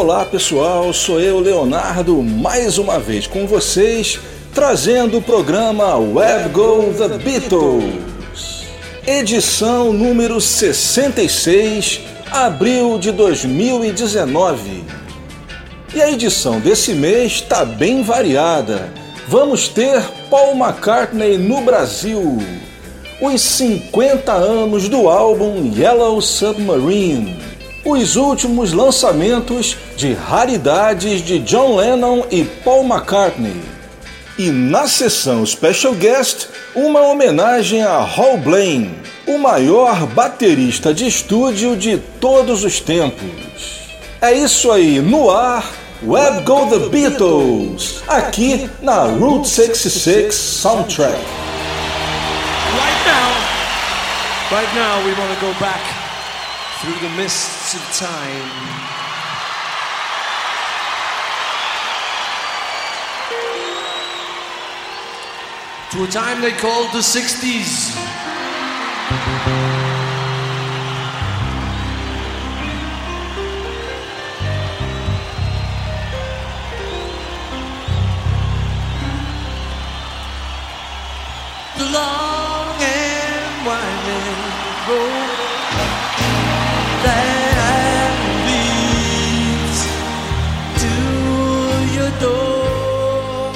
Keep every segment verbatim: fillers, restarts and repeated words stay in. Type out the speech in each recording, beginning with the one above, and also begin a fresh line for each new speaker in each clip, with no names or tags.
Olá pessoal, sou eu, Leonardo, mais uma vez com vocês, trazendo o programa Web Go The Beatles, edição número sessenta e seis, abril de dois mil e dezenove. E a edição desse mês está bem variada. Vamos ter Paul McCartney no Brasil, os cinquenta anos do álbum Yellow Submarine, os últimos lançamentos de raridades de John Lennon e Paul McCartney. E na sessão Special Guest, uma homenagem a Hal Blaine, o maior baterista de estúdio de todos os tempos. É isso aí, no ar, Web Go The Beatles, aqui na Route sessenta e seis Soundtrack.
Right now, right now we want to go back through the mists of time. To a time they called the sixties. The long and winding road that leads to your door.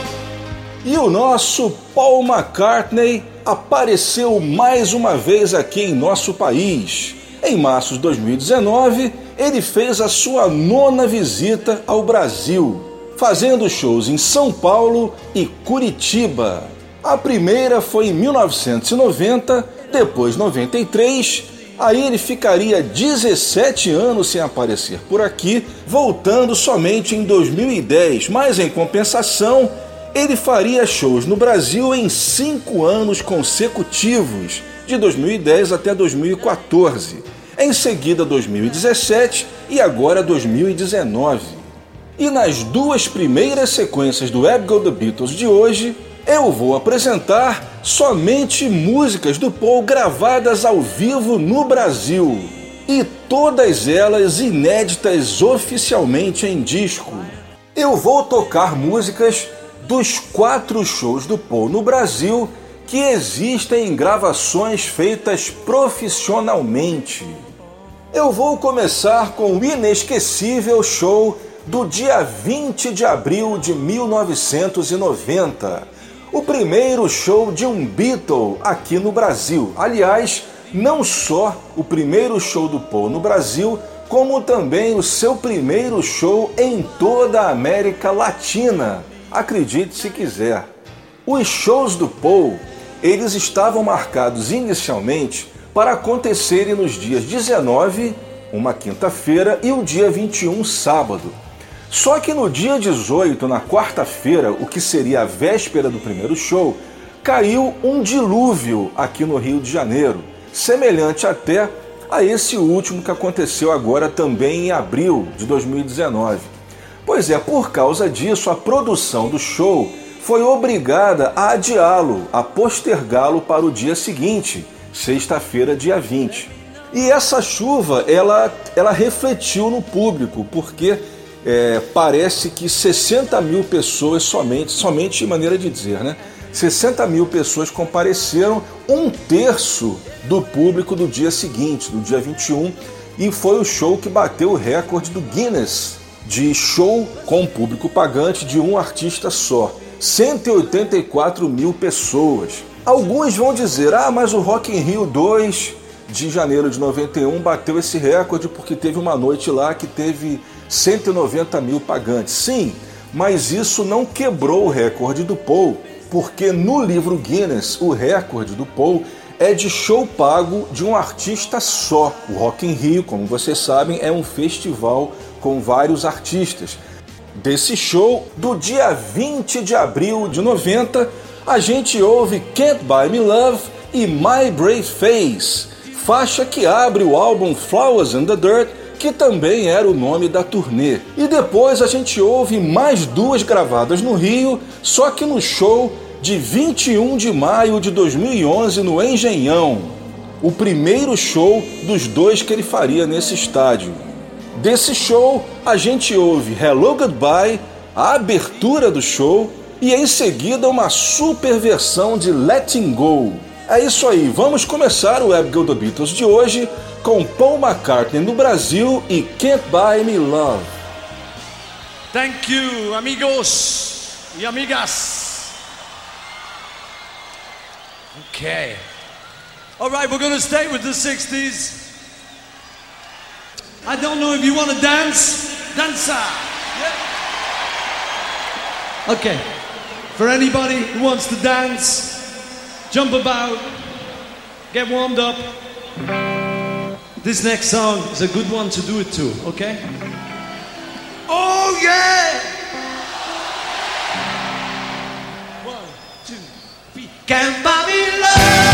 E o nosso Paul McCartney apareceu mais uma vez aqui em nosso país. Em março de dois mil e dezenove, ele fez a sua nona visita ao Brasil, fazendo shows em São Paulo e Curitiba. A primeira foi em mil novecentos e noventa, depois noventa e três, aí ele ficaria dezessete anos sem aparecer por aqui, voltando somente em dois mil e dez, mas em compensação, ele faria shows no Brasil em cinco anos consecutivos, de dois mil e dez até dois mil e quatorze, em seguida dois mil e dezessete e agora dois mil e dezenove. E nas duas primeiras sequências do Web Go The Beatles de hoje, eu vou apresentar somente músicas do Paul gravadas ao vivo no Brasil, e todas elas inéditas oficialmente em disco. Eu vou tocar músicas dos quatro shows do Paul no Brasil que existem em gravações feitas profissionalmente. Eu vou começar com o inesquecível show do dia vinte de abril de mil novecentos e noventa, o primeiro show de um Beatle aqui no Brasil. Aliás, não só o primeiro show do Paul no Brasil, como também o seu primeiro show em toda a América Latina. Acredite se quiser. Os shows do Paul, eles estavam marcados inicialmente para acontecerem nos dias dezenove, uma quinta-feira, e o dia vinte e um, sábado. Só que no dia dezoito, na quarta-feira, o que seria a véspera do primeiro show, caiu um dilúvio aqui no Rio de Janeiro, semelhante até a esse último que aconteceu agora também em abril de dois mil e dezenove. Pois é, por causa disso, a produção do show foi obrigada a adiá-lo, a postergá-lo para o dia seguinte, sexta-feira, dia vinte. E essa chuva, ela, ela refletiu no público, porque É, parece que sessenta mil pessoas somente, somente de maneira de dizer, né? sessenta mil pessoas compareceram, um terço do público do dia seguinte, do dia vinte e um, e foi o show que bateu o recorde do Guinness de show com público pagante de um artista só, cento e oitenta e quatro mil pessoas. Alguns vão dizer, ah, mas o Rock in Rio dois de janeiro de noventa e um bateu esse recorde porque teve uma noite lá que teve cento e noventa mil pagantes. Sim, mas isso não quebrou o recorde do Paul, porque no livro Guinness o recorde do Paul é de show pago de um artista só. O Rock in Rio, como vocês sabem, é um festival com vários artistas. Desse show, do dia vinte de abril de noventa, a gente ouve Can't Buy Me Love e My Brave Face, faixa que abre o álbum Flowers in the Dirt, que também era o nome da turnê. E depois a gente ouve mais duas gravadas no Rio, só que no show de vinte e um de maio de dois mil e onze no Engenhão, o primeiro show dos dois que ele faria nesse estádio. Desse show, a gente ouve Hello Goodbye, a abertura do show, e em seguida uma super versão de Letting Go. É isso aí, vamos começar o Web Go The Beatles de hoje com Paul McCartney no Brasil e Can't Buy Me Love.
Thank you, amigos e amigas. Okay. All right, we're going to stay with the sixties. I don't know if you want to dance. Dancer. Yeah. Okay. For anybody who wants to dance, jump about, get warmed up. This next song is a good one to do it to, okay? Oh yeah! One, two, three. Can't buy me love.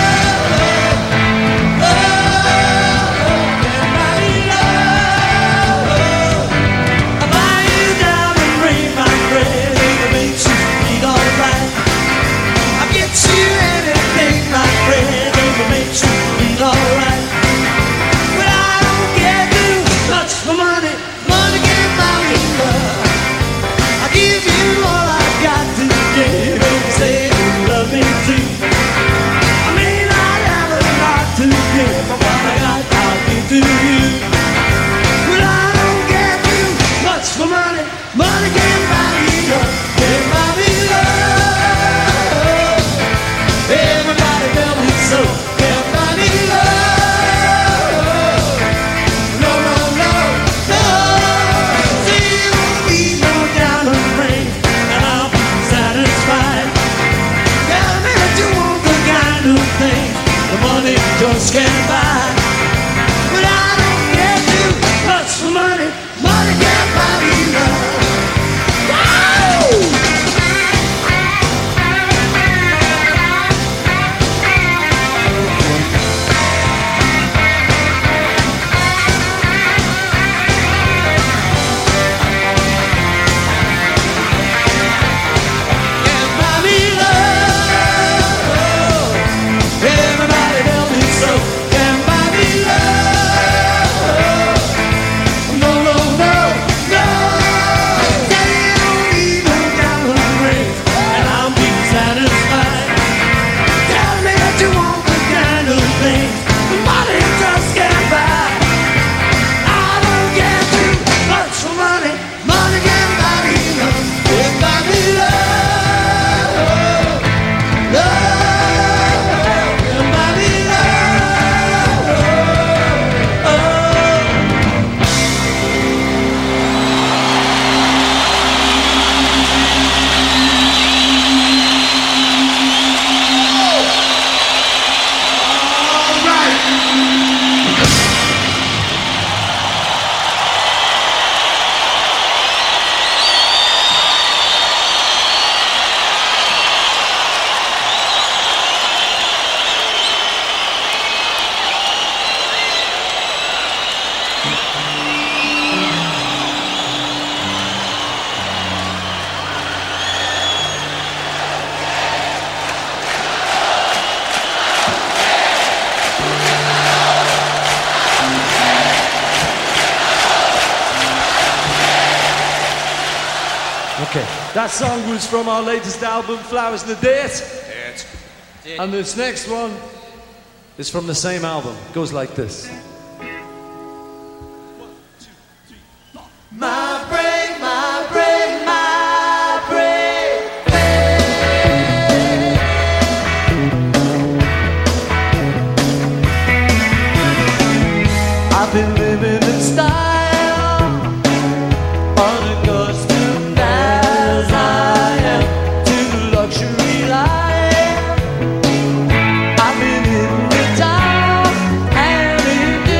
Just can't buy, but I don't care too much for money. Money can't buy me love. Can't buy me love. Everybody tell me so. Can't buy me love. No, no, no, no. They don't need no diamond rings, and I'll be satisfied. Tell me that you want the kind of things the money just can't buy. I don't care too much for money. Money can't buy me love. Can't buy me love. Love can't buy me love. Oh. All right.
Okay, that song was from our latest album, Flowers in the Date. And this next one is from the same album. It goes like this.
My brain, my brain, my brain. I've been living in style, unaccustomed as I am to the luxury life. I've been in the town and in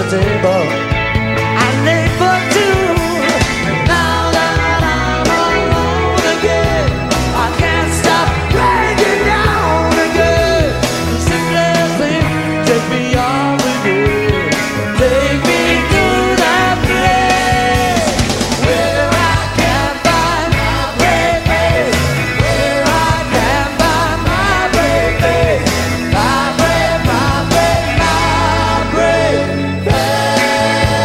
the table. I laid for two. Now that I'm alone again, I can't stop breaking down again. The simplest thing, take me on with you. Take me to that place where I can find my brave face. Where I can find my brave face. My brave, my brave, my brave face.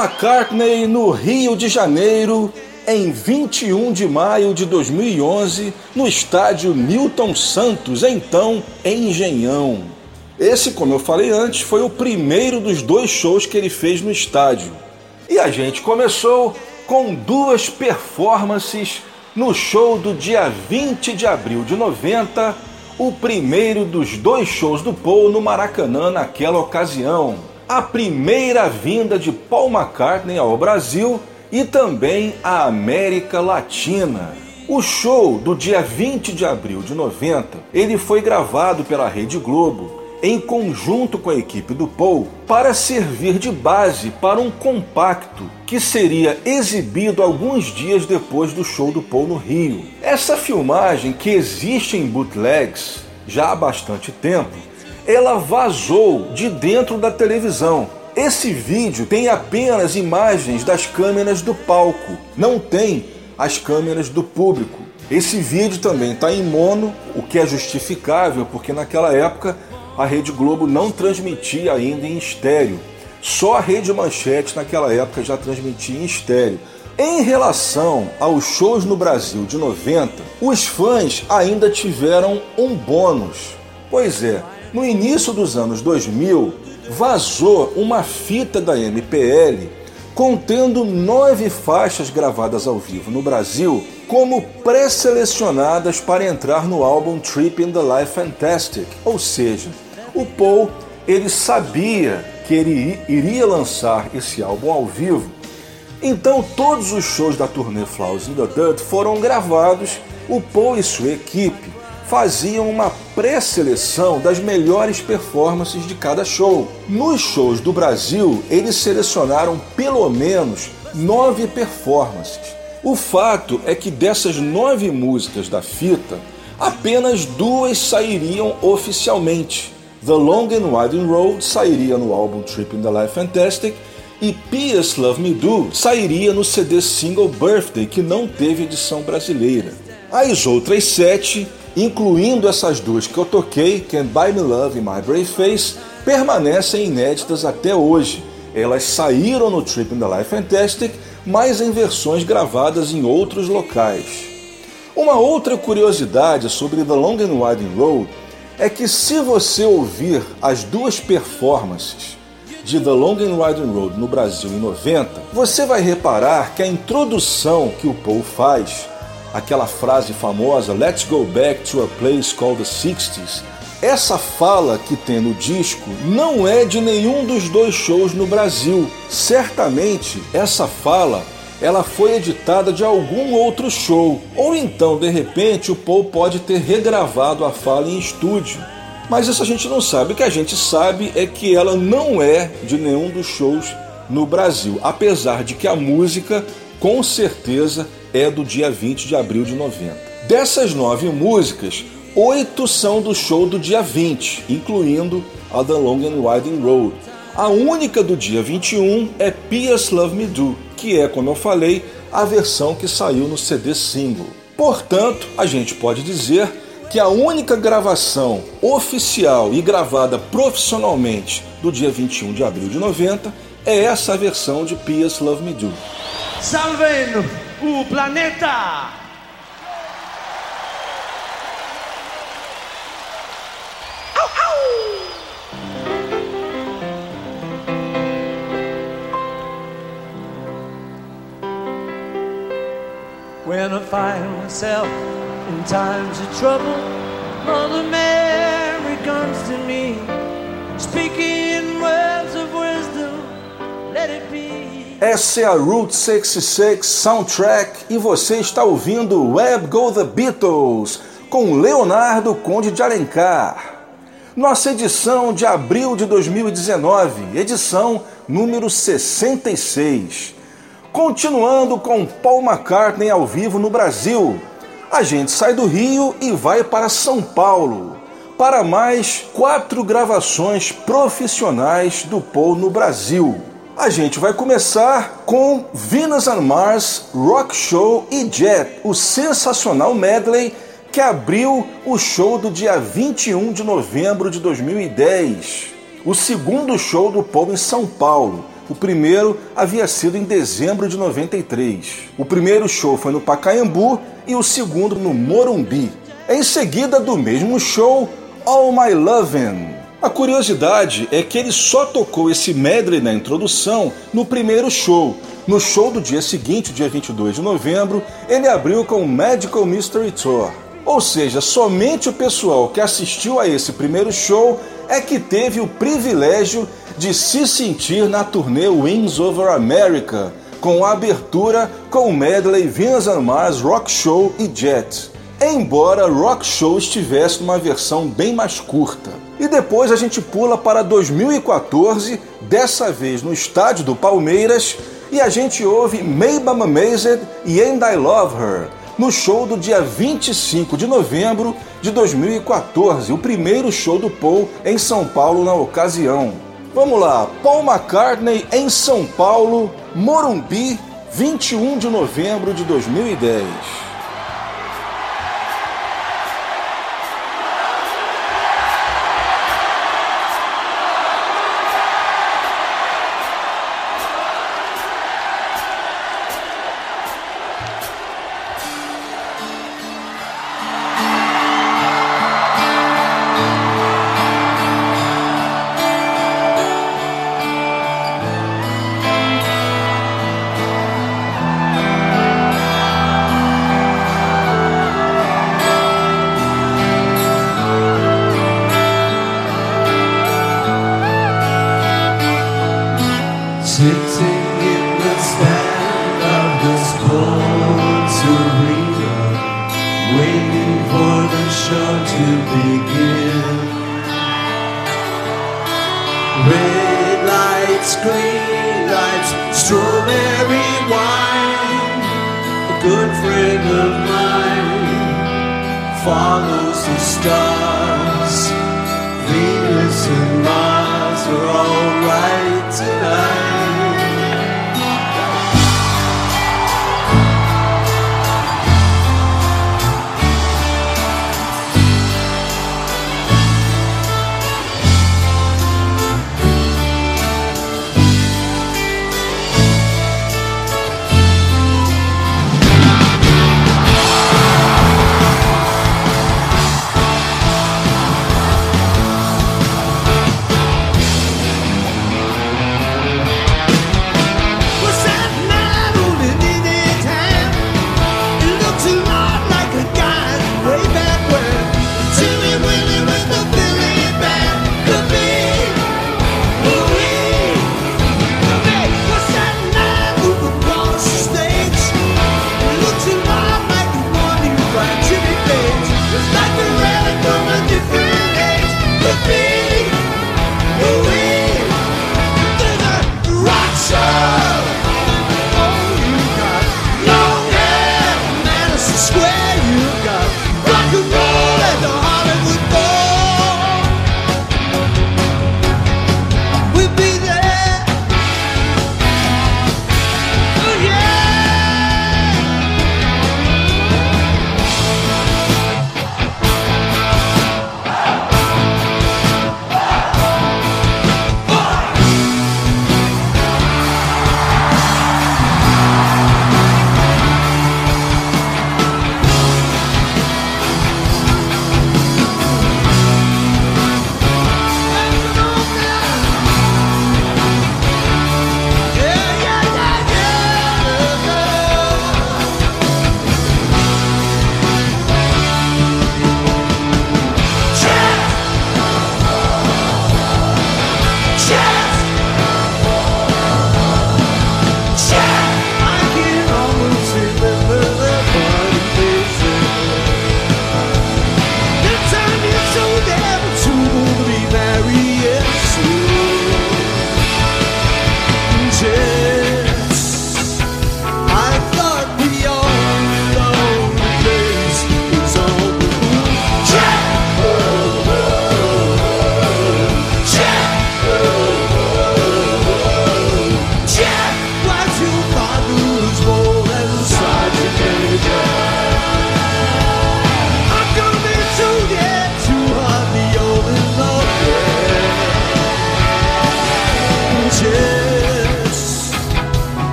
McCartney no Rio de Janeiro, em vinte e um de maio de dois mil e onze, no estádio Newton Santos, então Engenhão. Esse, como eu falei antes, foi o primeiro dos dois shows que ele fez no estádio. E a gente começou com duas performances no show do dia vinte de abril de noventa, o primeiro dos dois shows do Paul no Maracanã naquela ocasião. A primeira vinda de Paul McCartney ao Brasil e também à América Latina. O show do dia vinte de abril de noventa, ele foi gravado pela Rede Globo em conjunto com a equipe do Paul para servir de base para um compacto que seria exibido alguns dias depois do show do Paul no Rio. Essa filmagem, que existe em bootlegs já há bastante tempo, ela vazou de dentro da televisão. Esse vídeo tem apenas imagens das câmeras do palco, não tem as câmeras do público. Esse vídeo também está em mono, o que é justificável porque naquela época a Rede Globo não transmitia ainda em estéreo. Só a Rede Manchete naquela época já transmitia em estéreo. Em relação aos shows no Brasil de noventa, os fãs ainda tiveram um bônus. Pois é, no início dos anos dois mil, vazou uma fita da M P L contendo nove faixas gravadas ao vivo no Brasil como pré-selecionadas para entrar no álbum Trip in the Life Fantastic. Ou seja, o Paul ele sabia que ele iria lançar esse álbum ao vivo, então todos os shows da turnê Flowers in the Dirt foram gravados. O Paul e sua equipe faziam uma pré-seleção das melhores performances de cada show. Nos shows do Brasil, eles selecionaram pelo menos nove performances. O fato é que dessas nove músicas da fita, apenas duas sairiam oficialmente. The Long and Winding Road sairia no álbum Trip in the Life Fantastic e P S Love Me Do sairia no C D single Birthday, que não teve edição brasileira. As outras sete, incluindo essas duas que eu toquei, Can't Buy Me Love e My Brave Face, permanecem inéditas até hoje. Elas saíram no Trip in the Life Fantastic, mas em versões gravadas em outros locais. Uma outra curiosidade sobre The Long and Winding Road é que se você ouvir as duas performances de The Long and Winding Road no Brasil em noventa, você vai reparar que a introdução que o Paul faz, aquela frase famosa Let's go back to a place called the sixties, essa fala que tem no disco não é de nenhum dos dois shows no Brasil. Certamente essa fala ela foi editada de algum outro show, ou então de repente o Paul pode ter regravado a fala em estúdio. Mas isso a gente não sabe. O que a gente sabe é que ela não é de nenhum dos shows no Brasil, apesar de que a música com certeza é do dia vinte de abril de noventa. Dessas nove músicas, oito são do show do dia vinte, incluindo a The Long and Winding Road. A única do dia vinte e um é P S Love Me Do, que é, como eu falei, a versão que saiu no C D single. Portanto, a gente pode dizer que a única gravação oficial e gravada profissionalmente do dia vinte e um de abril de noventa é essa versão de P S Love Me Do.
Salvem o planeta!
When I find myself in times of trouble, Mother Mary comes to me, speaking words of wisdom, let it be.
Essa é a Route sessenta e seis Soundtrack e você está ouvindo Where Go the Beatles com Leonardo Conde de Alencar. Nossa edição de abril de dois mil e dezenove, edição número sessenta e seis. Continuando com Paul McCartney ao vivo no Brasil, a gente sai do Rio e vai para São Paulo, para mais quatro gravações profissionais do Paul no Brasil. A gente vai começar com Venus and Mars, Rock Show e Jet, o sensacional medley que abriu o show do dia vinte e um de novembro de dois mil e dez, o segundo show do Paul em São Paulo, O primeiro havia sido em dezembro de noventa e três. O primeiro show foi no Pacaembu e o segundo no Morumbi. Em seguida do mesmo show, All My Lovin'. A curiosidade é que ele só tocou esse medley na introdução no primeiro show. No show do dia seguinte, dia vinte e dois de novembro, ele abriu com Magical Mystery Tour. Ou seja, somente o pessoal que assistiu a esse primeiro show é que teve o privilégio de se sentir na turnê Wings Over America, com a abertura com o medley Venus and Mars Rock Show e Jet. Embora Rock Show estivesse numa versão bem mais curta. E depois a gente pula para dois mil e quatorze, dessa vez no estádio do Palmeiras, e a gente ouve Maybe I'm Amazed e And I Love Her, no show do dia vinte e cinco de novembro de dois mil e quatorze, o primeiro show do Paul em São Paulo na ocasião. Vamos lá, Paul McCartney em São Paulo, Morumbi, vinte e um de novembro de dois mil e dez.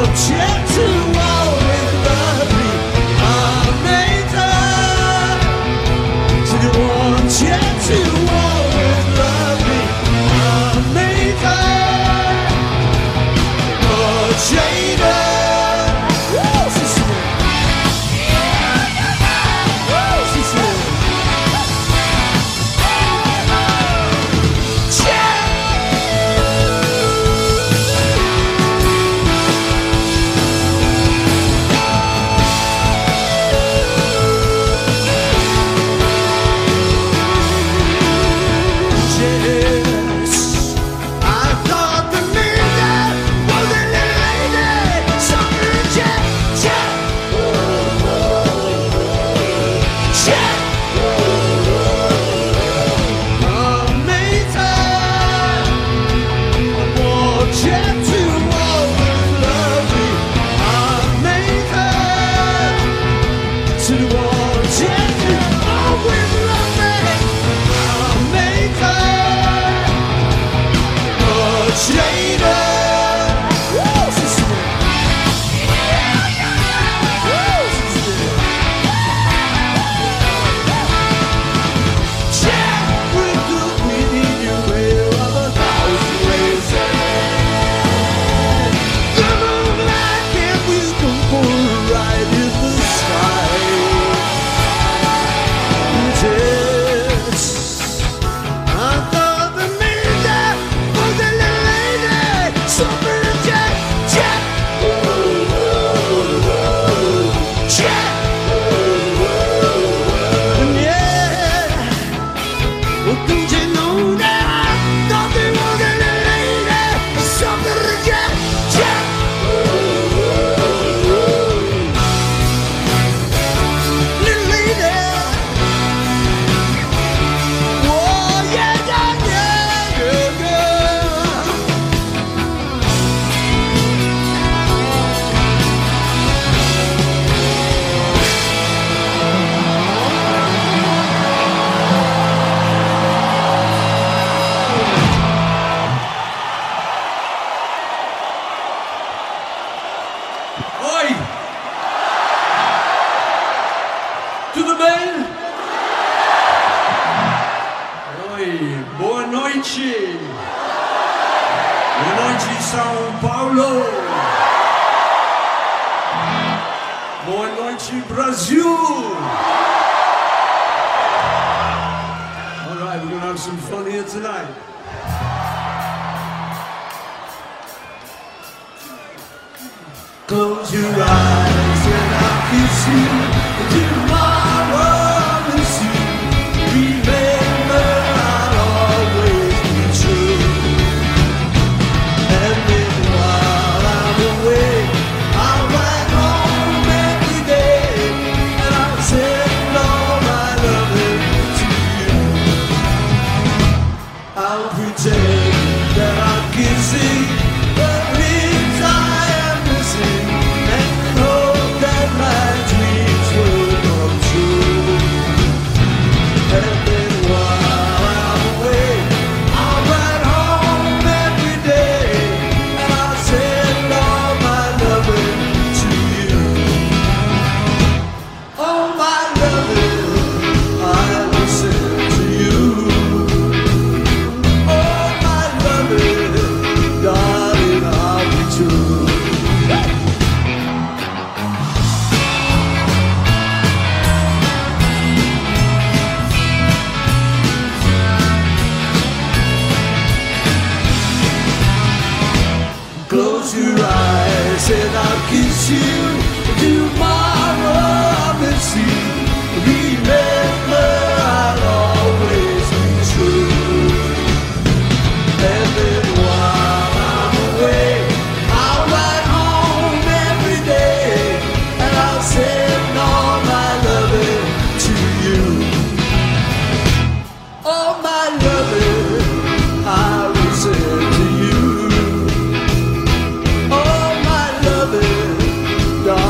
Darling,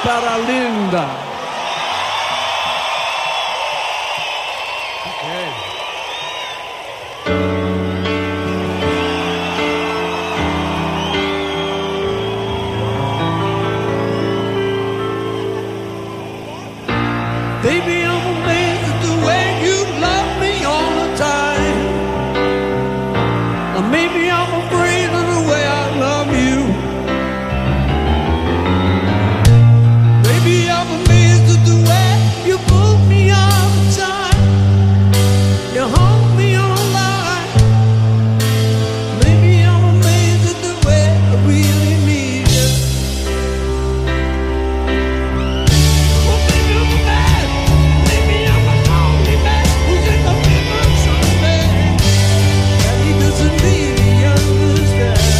para Linda. Okay. Baby, I'm amazed at the way you love me all the time. Or maybe I'm afraid of the way I love you. Baby, I'm amazed at the way you pull me all the time. You hold me all night. Maybe I'm amazed at the way I really need you. Oh, baby, I'm mad. Maybe I'm a lonely man who's in the middle of something that he doesn't really understand.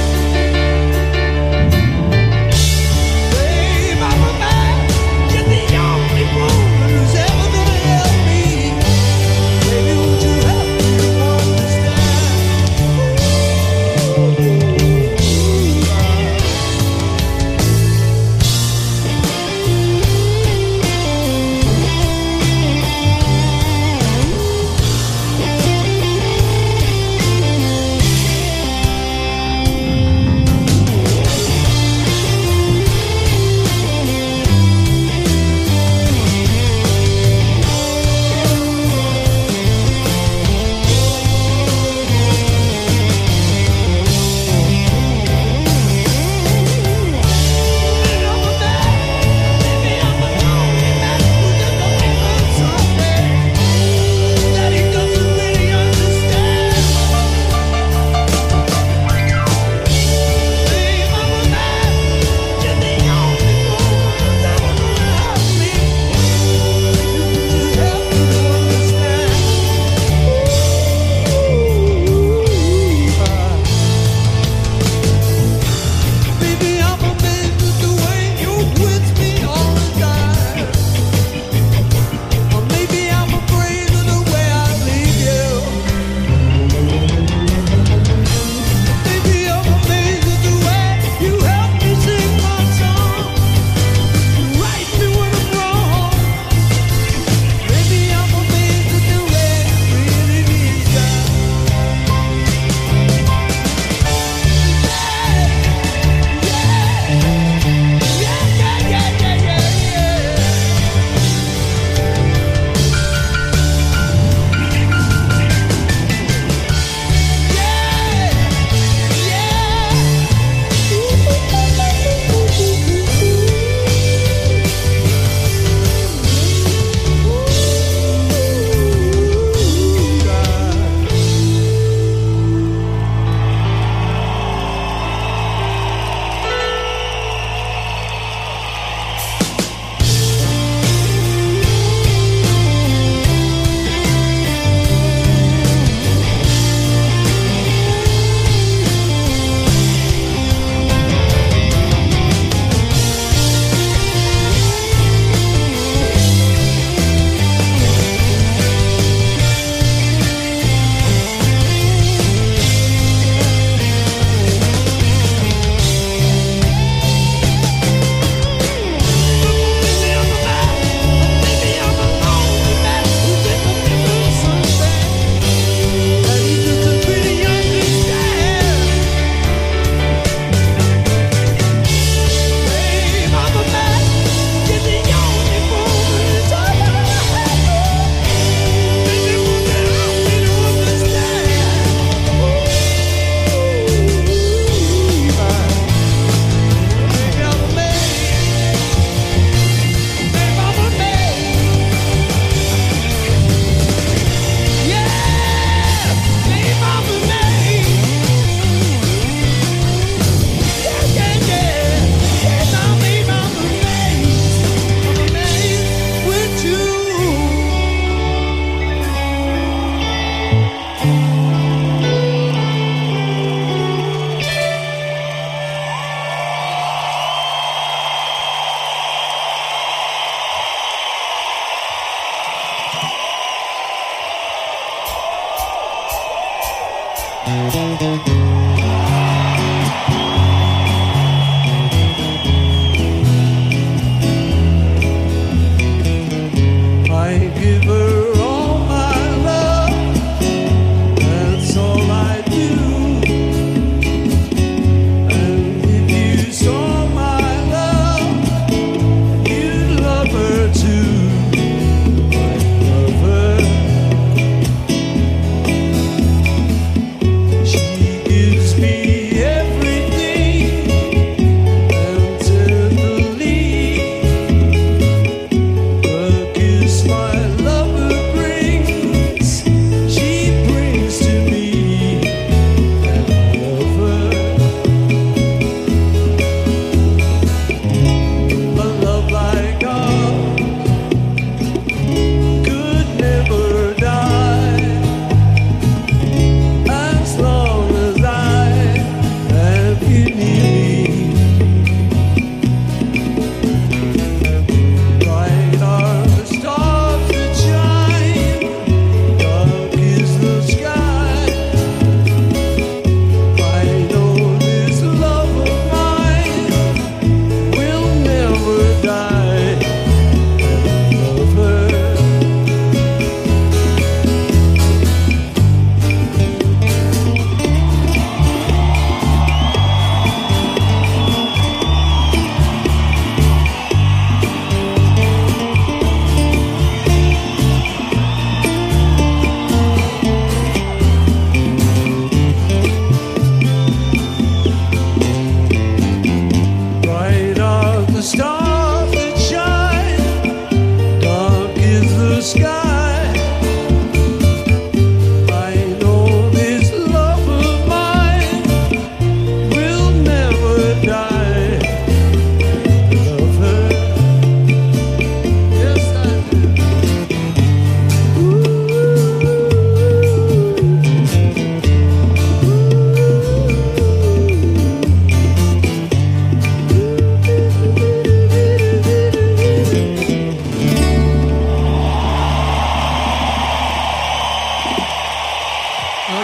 Babe, I'm a man. You're the only woman who's ever gonna help me. Baby, won't you help me to understand?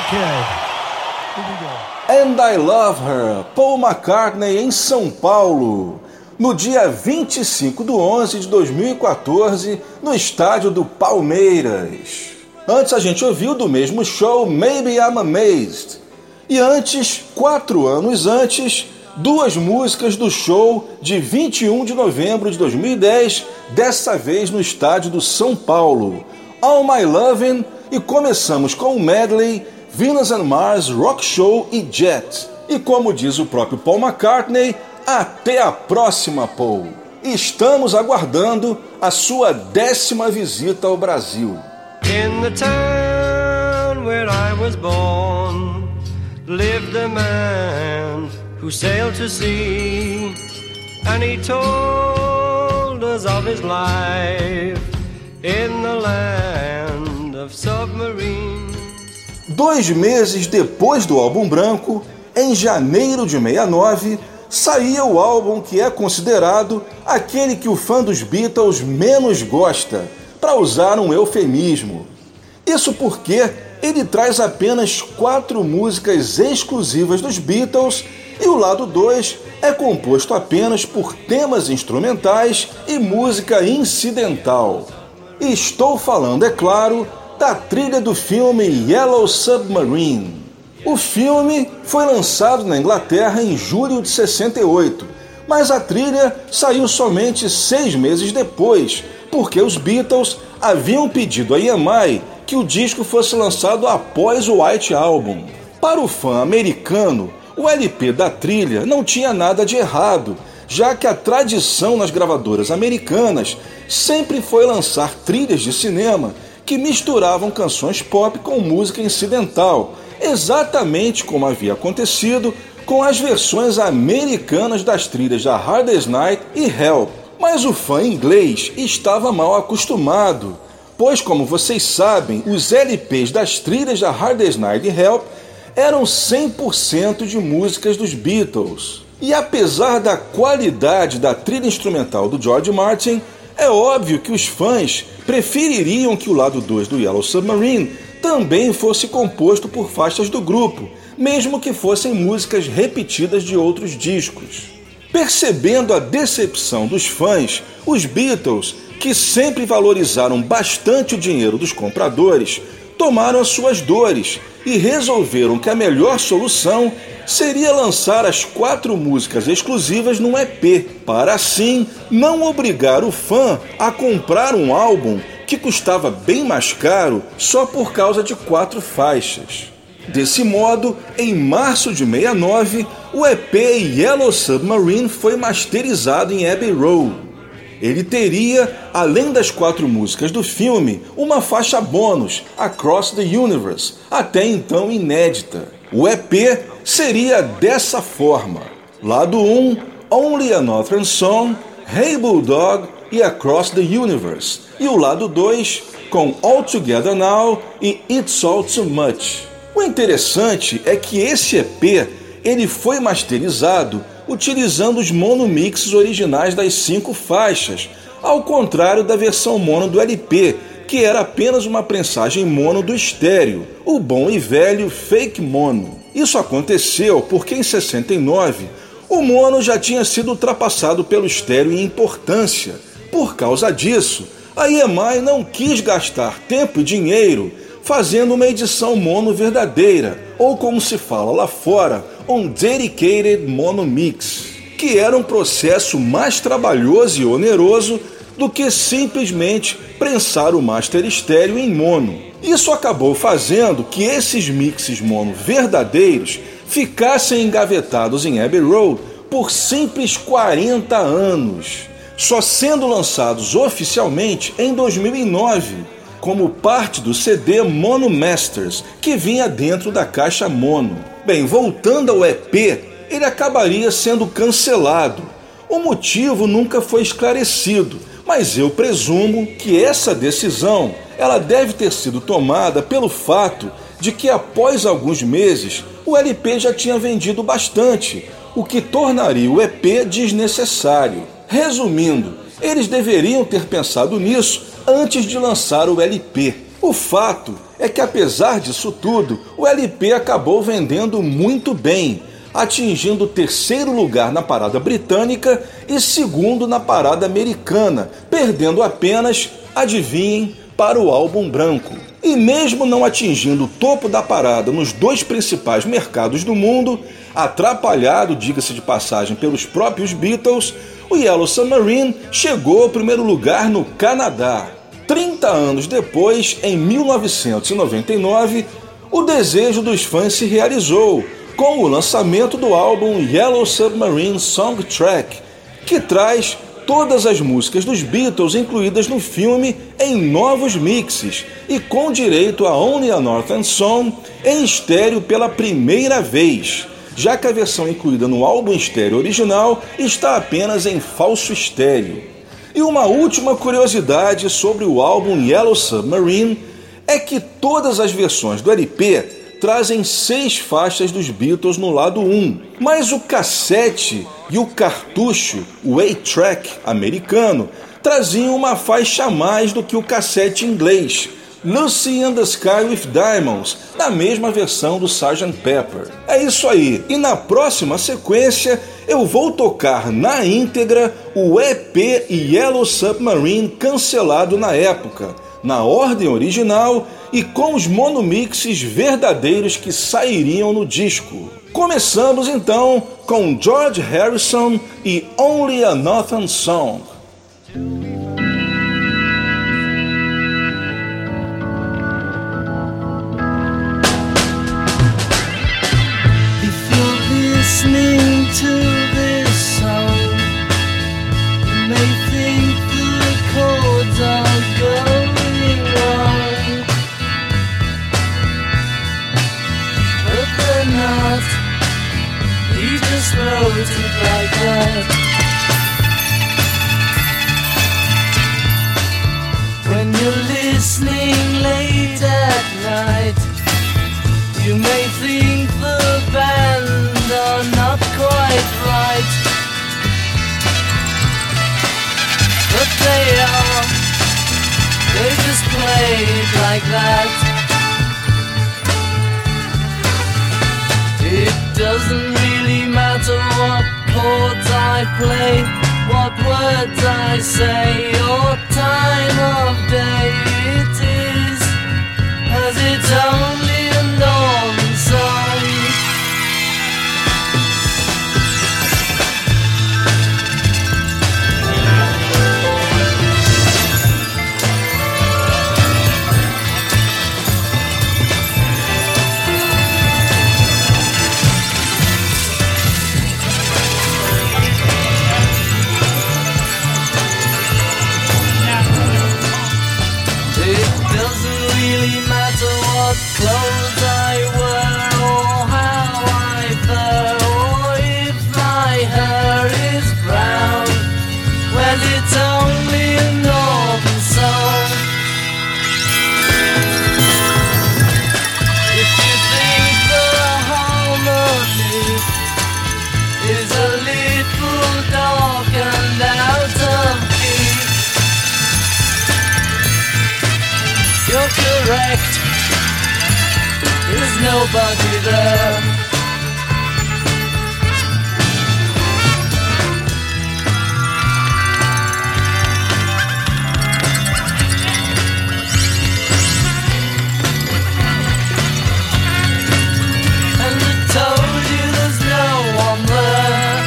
Okay. Here we go.
And I Love Her, Paul McCartney em São Paulo, no dia vinte e cinco de onze de dois mil e quatorze, no estádio do Palmeiras. Antes a gente ouviu do mesmo show Maybe I'm Amazed. E antes, quatro anos antes, duas músicas do show de vinte e um de novembro de dois mil e dez, dessa vez no estádio do São Paulo, All My Lovin', e começamos com o medley Venus and Mars, Rock Show e Jet. E como diz o próprio Paul McCartney, até a próxima, Paul. Estamos aguardando a sua décima visita ao Brasil.
In the town where I was born lived a man who sailed to sea, and he told us of his life in the land of submarines.
Dois meses depois do álbum branco, em janeiro de sessenta e nove, saía o álbum que é considerado aquele que o fã dos Beatles menos gosta, para usar um eufemismo. Isso porque ele traz apenas quatro músicas exclusivas dos Beatles e o lado dois é composto apenas por temas instrumentais e música incidental. E estou falando, é claro, da trilha do filme Yellow Submarine. O filme foi lançado na Inglaterra em julho de sessenta e oito, mas a trilha saiu somente seis meses depois, porque os Beatles haviam pedido a E M I que o disco fosse lançado após o White Album. Para o fã americano, o L P da trilha não tinha nada de errado, já que a tradição nas gravadoras americanas sempre foi lançar trilhas de cinema que misturavam canções pop com música incidental, exatamente como havia acontecido com as versões americanas das trilhas da Hard Day's Night e Help. Mas o fã inglês estava mal acostumado, pois, como vocês sabem, os L Ps das trilhas da Hard Day's Night e Help eram cem por cento de músicas dos Beatles. E apesar da qualidade da trilha instrumental do George Martin, é óbvio que os fãs prefeririam que o lado dois do Yellow Submarine também fosse composto por faixas do grupo, mesmo que fossem músicas repetidas de outros discos. Percebendo a decepção dos fãs, os Beatles, que sempre valorizaram bastante o dinheiro dos compradores, tomaram as suas dores e resolveram que a melhor solução seria lançar as quatro músicas exclusivas num E P, para assim não obrigar o fã a comprar um álbum que custava bem mais caro só por causa de quatro faixas. Desse modo, em março de sessenta e nove, o E P Yellow Submarine foi masterizado em Abbey Road. Ele teria, além das quatro músicas do filme, uma faixa bônus, Across the Universe, até então inédita. O E P seria dessa forma: lado um, Only a Northern Song, Hey Bulldog e Across the Universe, e o lado dois, com All Together Now e It's All Too Much. O interessante é que esse E P ele foi masterizado utilizando os monomixes originais das cinco faixas, ao contrário da versão mono do L P, que era apenas uma prensagem mono do estéreo, o bom e velho fake mono. Isso aconteceu porque em sessenta e nove o mono já tinha sido ultrapassado pelo estéreo em importância. Por causa disso, a E M I não quis gastar tempo e dinheiro fazendo uma edição mono verdadeira, ou como se fala lá fora, um dedicated mono mix, que era um processo mais trabalhoso e oneroso do que simplesmente prensar o master estéreo em mono. Isso acabou fazendo que esses mixes mono verdadeiros ficassem engavetados em Abbey Road por simples quarenta anos, só sendo lançados oficialmente em dois mil e nove, como parte do C D Mono Masters, que vinha dentro da caixa mono. Bem, voltando ao E P, ele acabaria sendo cancelado. O motivo nunca foi esclarecido, mas eu presumo que essa decisão ela deve ter sido tomada pelo fato de que após alguns meses o L P já tinha vendido bastante, o que tornaria o E P desnecessário. Resumindo, eles deveriam ter pensado nisso antes de lançar o L P. O fato é que, apesar disso tudo, o L P acabou vendendo muito bem, atingindo o terceiro lugar na parada britânica e segundo na parada americana, perdendo apenas, adivinhem, para o álbum branco. E mesmo não atingindo o topo da parada nos dois principais mercados do mundo, atrapalhado, diga-se de passagem, pelos próprios Beatles, o Yellow Submarine chegou ao primeiro lugar no Canadá. trinta anos depois, em mil novecentos e noventa e nove, o desejo dos fãs se realizou com o lançamento do álbum Yellow Submarine Songtrack, que traz todas as músicas dos Beatles incluídas no filme em novos mixes e com direito a Only a Northern Song em estéreo pela primeira vez, já que a versão incluída no álbum estéreo original está apenas em falso estéreo. E uma última curiosidade sobre o álbum Yellow Submarine é que todas as versões do L P trazem seis faixas dos Beatles no lado um, mas o cassete e o cartucho, o eight-track americano, traziam uma faixa a mais do que o cassete inglês, Lucy in the Sky with Diamonds, na mesma versão do sergeant Pepper. É isso aí, e na próxima sequência eu vou tocar na íntegra o E P Yellow Submarine cancelado na época, na ordem original e com os monomixes verdadeiros que sairiam no disco. Começamos então com George Harrison e Only a Northern Song.
If you're listening to this song, you may think the chords are going wrong, but they're not. He just wrote it like that. When you're listening late at night, you may think the band are not quite right, but they are. They just play it like that. It doesn't really matter what chords I play, what words I say, or time of day it is, as it's only a Northern song. Clothes I wear, or how I fare, or if my hair is brown. Well, it's only a Northern song. If you think the harmony is a little dark and out of key, you're correct. There's nobody there. And I told you there's no one there.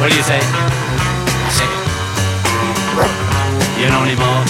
What do you say? I say, you know anymore?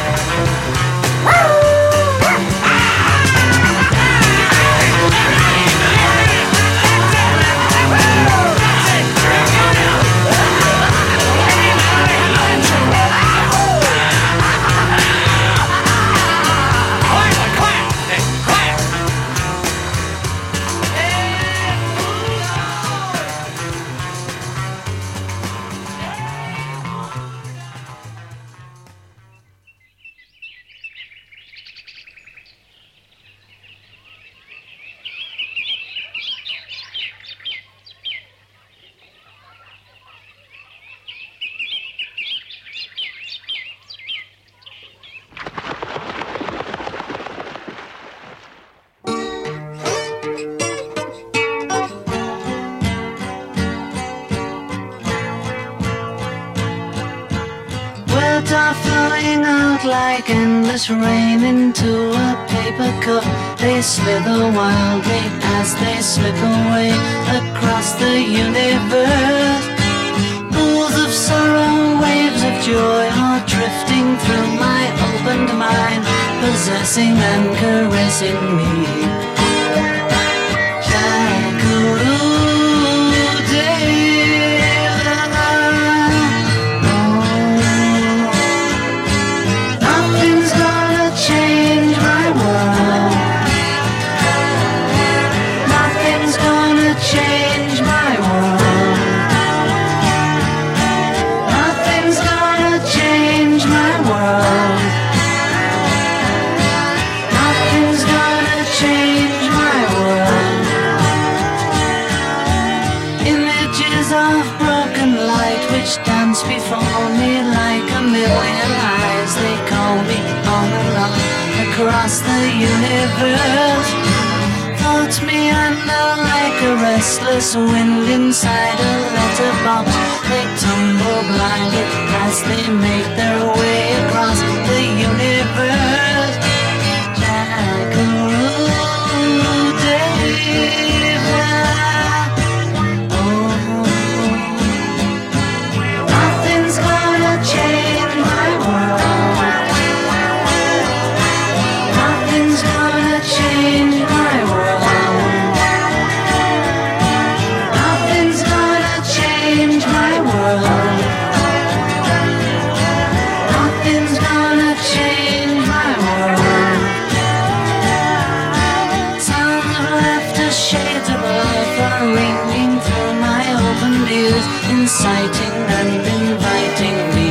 Flowing out like endless rain into a paper cup. They slither wildly as they slip away across the universe. Pools of sorrow, waves of joy are drifting through my opened mind, possessing and caressing me. Jackaroo. Dance before me like a million eyes. They call me on and on across the universe. Thoughts meander like a restless wind inside a letterbox. They tumble blindly as they make their way across the universe. Jackaroo David. Inciting and inviting me.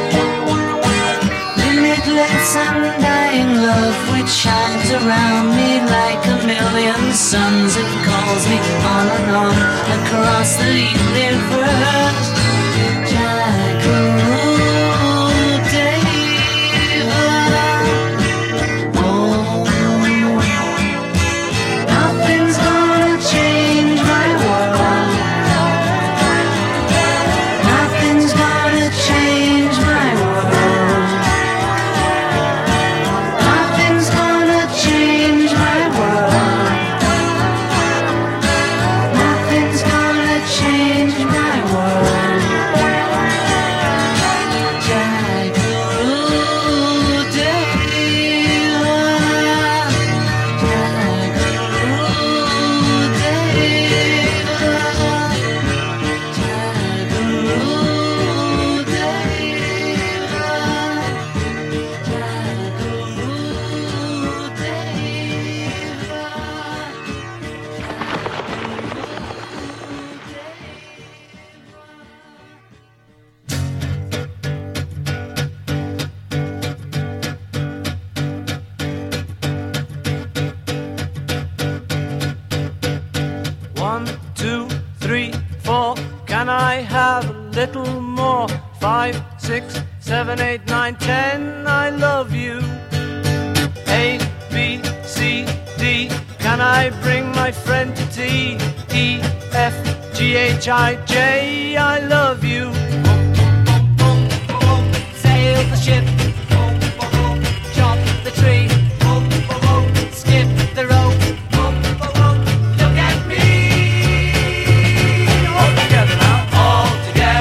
Limitless undying love which shines around me like a million suns. It calls me on and on across the universe. Jackaroo David. Oh, nothing's gonna change my world. Change my world. Nothing's gonna change my world. Nothing's gonna change my world. Jackaroo David. Jackaroo David.
One, two, three, four. Can I have a little more? Five, six, seven, eight, nine, ten. I love you. A, B, C, D. Can I bring my friend to tea? E, F, G, H, I, J. I love you. Sail the ship. Chop the tree. Skip the rope. Look at me. All together now. All together.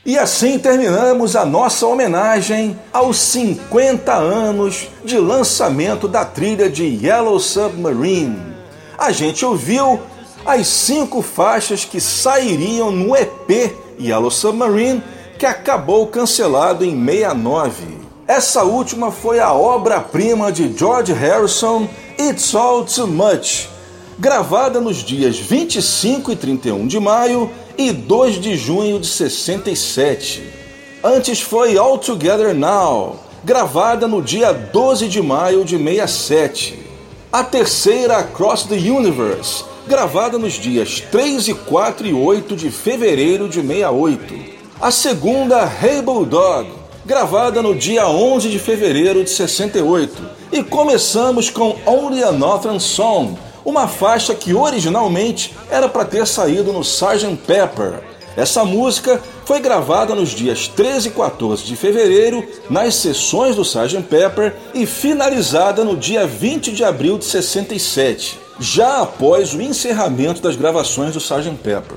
E assim terminamos a nossa homenagem aos cinquenta anos de lançamento da trilha de Yellow Submarine. A gente ouviu as cinco faixas que sairiam no E P Yellow Submarine, que acabou cancelado em sessenta e nove. Essa última foi a obra-prima de George Harrison, It's All Too Much, gravada nos dias vinte e cinco e trinta e um de maio e dois de junho de sessenta e sete. Antes foi All Together Now, gravada no dia doze de maio de sessenta e sete. A terceira, Across the Universe, gravada nos dias três, quatro e oito de fevereiro de sessenta e oito. A segunda, Hey Bulldog, gravada no dia onze de fevereiro de sessenta e oito. E começamos com Only a Northern Song, uma faixa que originalmente era para ter saído no sergeant Pepper. Essa música foi gravada nos dias treze e quatorze de fevereiro nas sessões do sergeant Pepper e finalizada no dia vinte de abril de sessenta e sete, já após o encerramento das gravações do sergeant Pepper.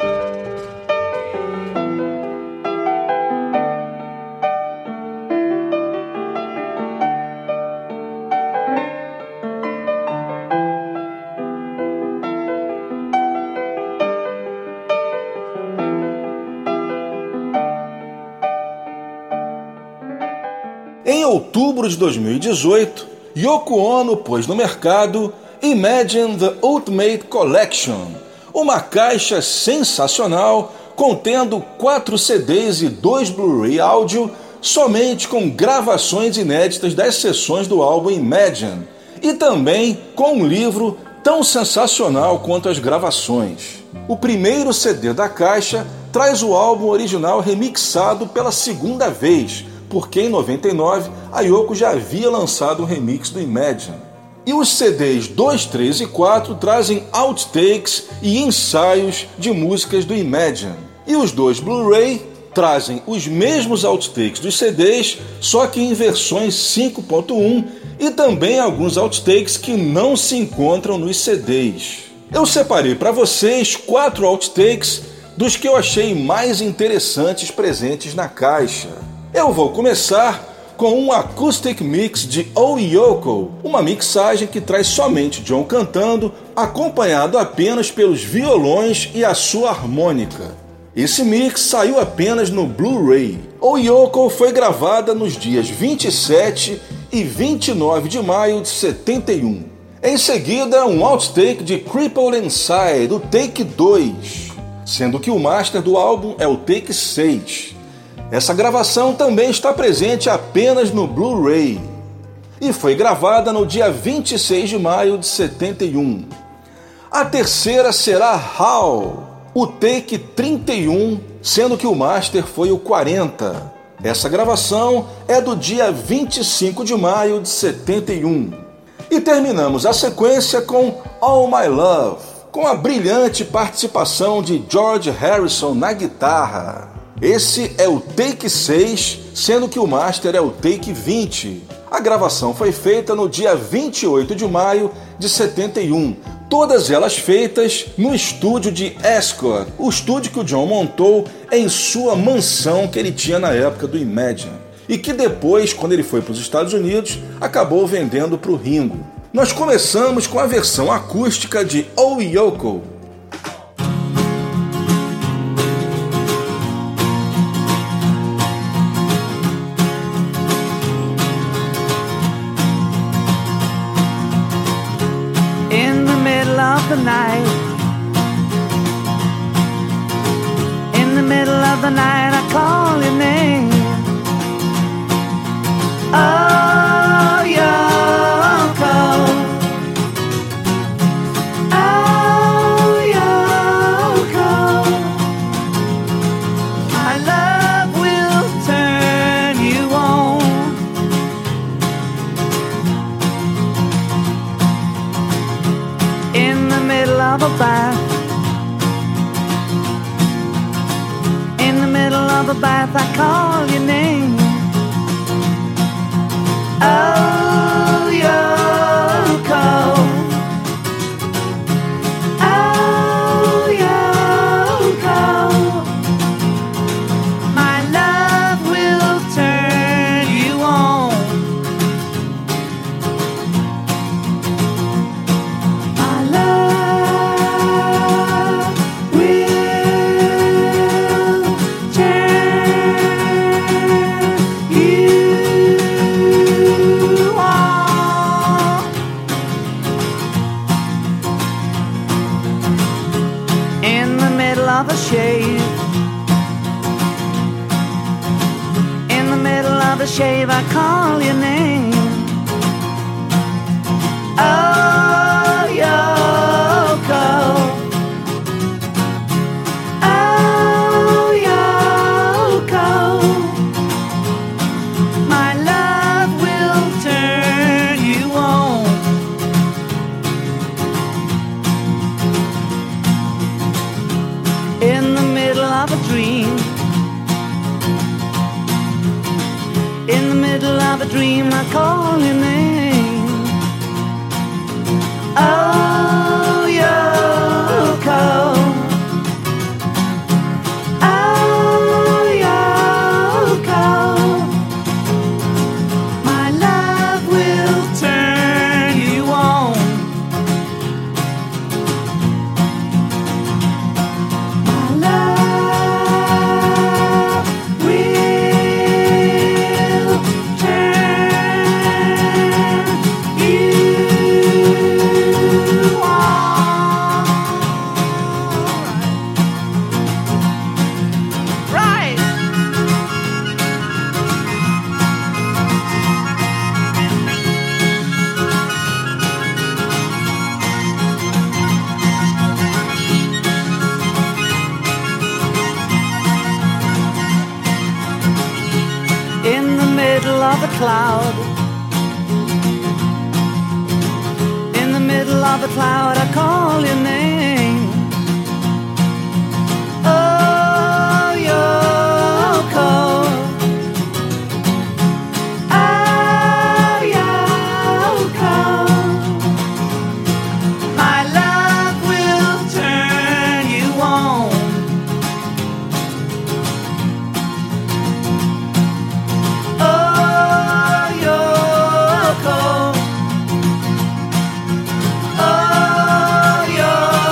Em outubro de dois mil e dezoito, Yoko Ono pôs no mercado Imagine the Ultimate Collection, uma caixa sensacional contendo quatro C Ds e dois Blu-ray áudio, somente com gravações inéditas das sessões do álbum Imagine, e também com um livro tão sensacional quanto as gravações. O primeiro C D da caixa traz o álbum original remixado pela segunda vez, porque em noventa e nove a Yoko já havia lançado um remix do Imagine. E os C Ds dois, três e quatro trazem outtakes e ensaios de músicas do Imagine. E os dois Blu-ray trazem os mesmos outtakes dos C Ds, só que em versões cinco ponto um, e também alguns outtakes que não se encontram nos C Ds. Eu separei para vocês quatro outtakes dos que eu achei mais interessantes presentes na caixa. Eu vou começar com um acoustic mix de Oh Yoko, uma mixagem que traz somente John cantando, acompanhado apenas pelos violões e a sua harmônica. Esse mix saiu apenas no Blu-ray. Oh Yoko foi gravada nos dias vinte e sete e vinte e nove de maio de setenta e um. Em seguida, um outtake de Crippled Inside, o take dois, sendo que o master do álbum é o take seis. Essa gravação também está presente apenas no Blu-ray e foi gravada no dia vinte e seis de maio de setenta e um. A terceira será How, o take trinta e um, sendo que o master foi o quarenta. Essa gravação é do dia vinte e cinco de maio de setenta e um. E terminamos a sequência com All My Love, com a brilhante participação de George Harrison na guitarra. Esse é o take seis, sendo que o master é o take vinte. A gravação foi feita no dia vinte e oito de maio de setenta e um, todas elas feitas no estúdio de Ascot, o estúdio que o John montou em sua mansão que ele tinha na época do Imagine, e que depois, quando ele foi para os Estados Unidos, acabou vendendo para o Ringo. Nós começamos com a versão acústica de Oh Yoko.
Of the night, in the middle of the night, I call your name. Oh, Yoko. Oh, Yoko. My love will turn you on. In the middle of a bath, in the middle of a bath, I call your name. Oh, Yoko. Oh, Yoko. My of a shave. In the middle of the shave I call your name. Oh, Yoko. Oh, Yoko. My love will turn you on. In the middle of a dream. In the middle of a dream I call your name. Oh, Yoko. Oh, Yoko. My love will turn you on. My love will turn you on. Right. In the middle of a cloud. In the middle of a cloud I call your name. Oh, Yoko. Oh, Yoko. My love will turn you on. Oh, Yoko. Oh, Yoko.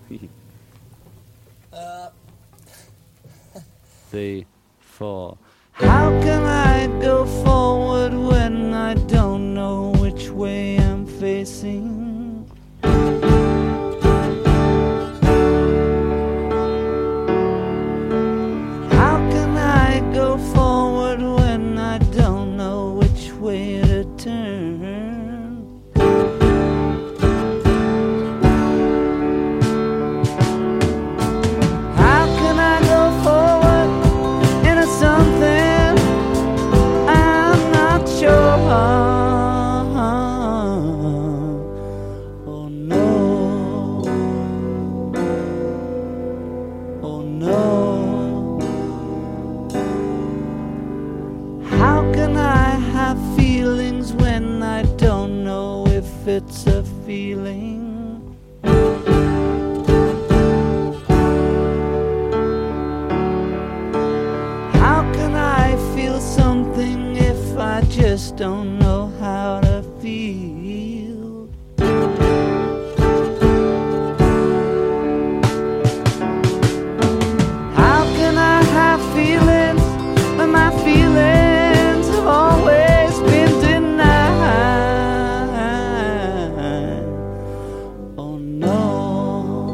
uh. Three, four.
How can I go forward when I don't know which way I'm facing? How can I go forward when I don't know which way to turn? How can I go forward into something I'm not sure of? Oh no, oh no. How can I have feelings when I don't know if it's a feeling? How can I feel something if I just don't know how to feel? How can I have feelings when my feelings have always been denied? Oh no,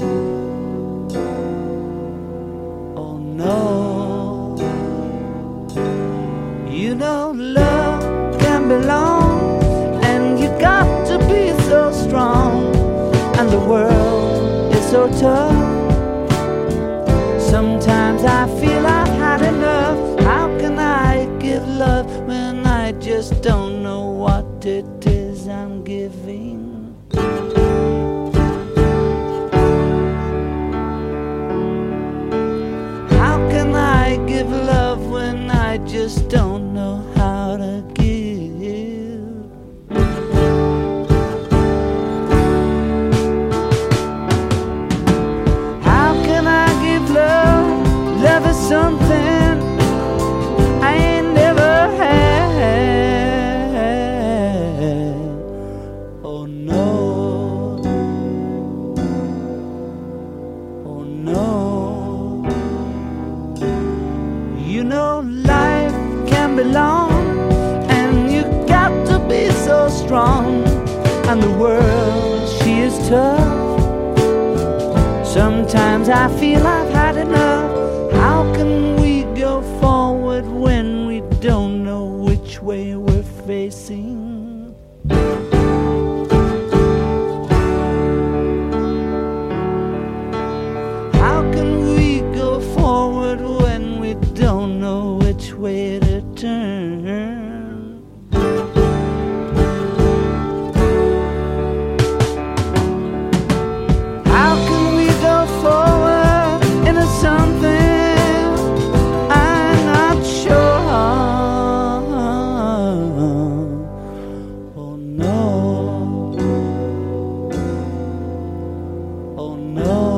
oh no. You know love can be long, and you got to be so strong, and the world is so tough. Sometimes I feel I've had enough. How can I give love when I just don't know what it is I'm giving? How can I give love when I just don't know how to give? How can I give love? Love is something I ain't never had. Oh no, oh no. You know life can be long, and you got to be so strong, and the world, she is tough. Sometimes I feel I've had enough. How can we go forward when we don't know which way we're facing? How can we go forward when we don't know which way to turn? How can we go forward into something I'm not sure of? Oh no, oh no.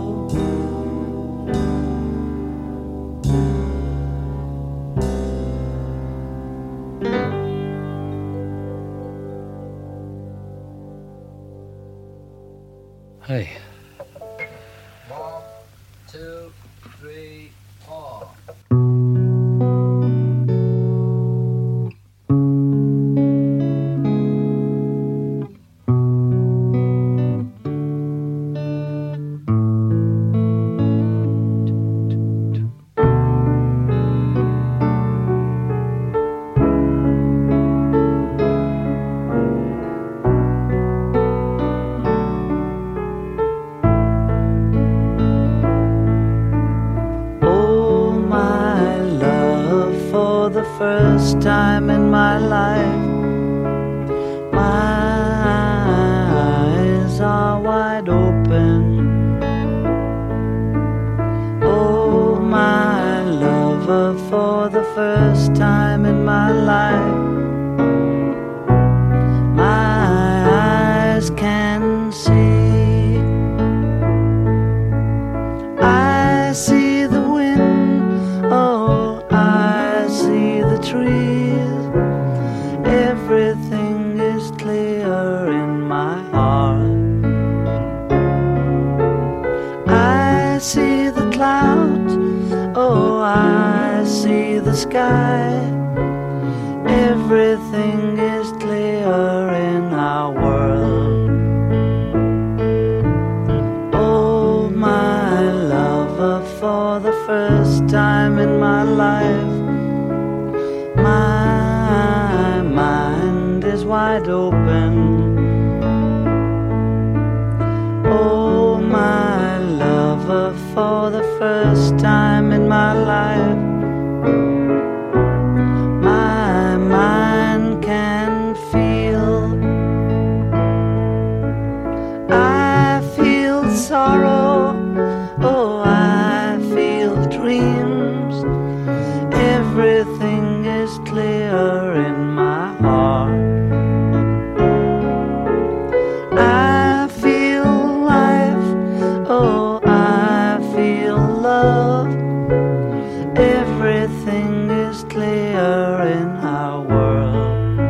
Hey. One, two, three, four.
Oh, my love, for the first time in my life, my eyes are wide open. Oh, my lover, for the first time in my life, my eyes can see. I see the wind, oh, I see the trees. Everything is clear in my heart. sky. Everything is clear in our world. Oh, my lover, for the first time in my life, my mind is wide open. Oh, my lover, for the first time in my life, my mind can feel. I feel sorrow, oh, I feel dreams. Everything is clear in my heart. I feel life, oh, I feel love. Everything is clear in our world.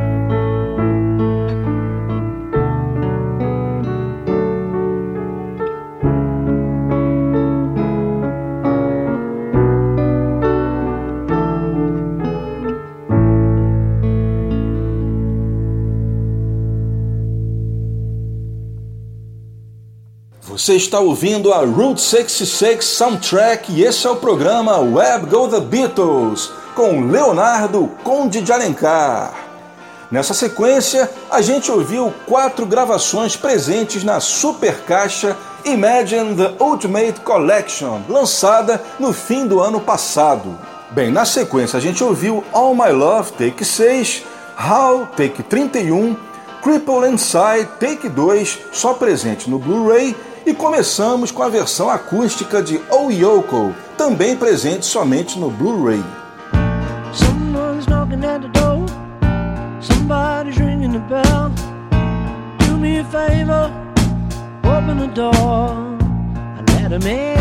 Você está ouvindo a Route sessenta e seis Soundtrack e esse é o programa Web Go The Beatles, com Leonardo Conde de Alencar. Nessa sequência, a gente ouviu quatro gravações presentes na super caixa Imagine The Ultimate Collection, lançada no fim do ano passado. Bem, na sequência a gente ouviu All My Love, Take seis, How, Take trinta e um, Cripple Inside, Take dois, só presente no Blu-ray, e começamos com a versão acústica de Oh Yoko, também presente somente no Blu-ray.
Someone's knocking at the door. Somebody's ringing the bell. Do me a favor, open the door and let him in.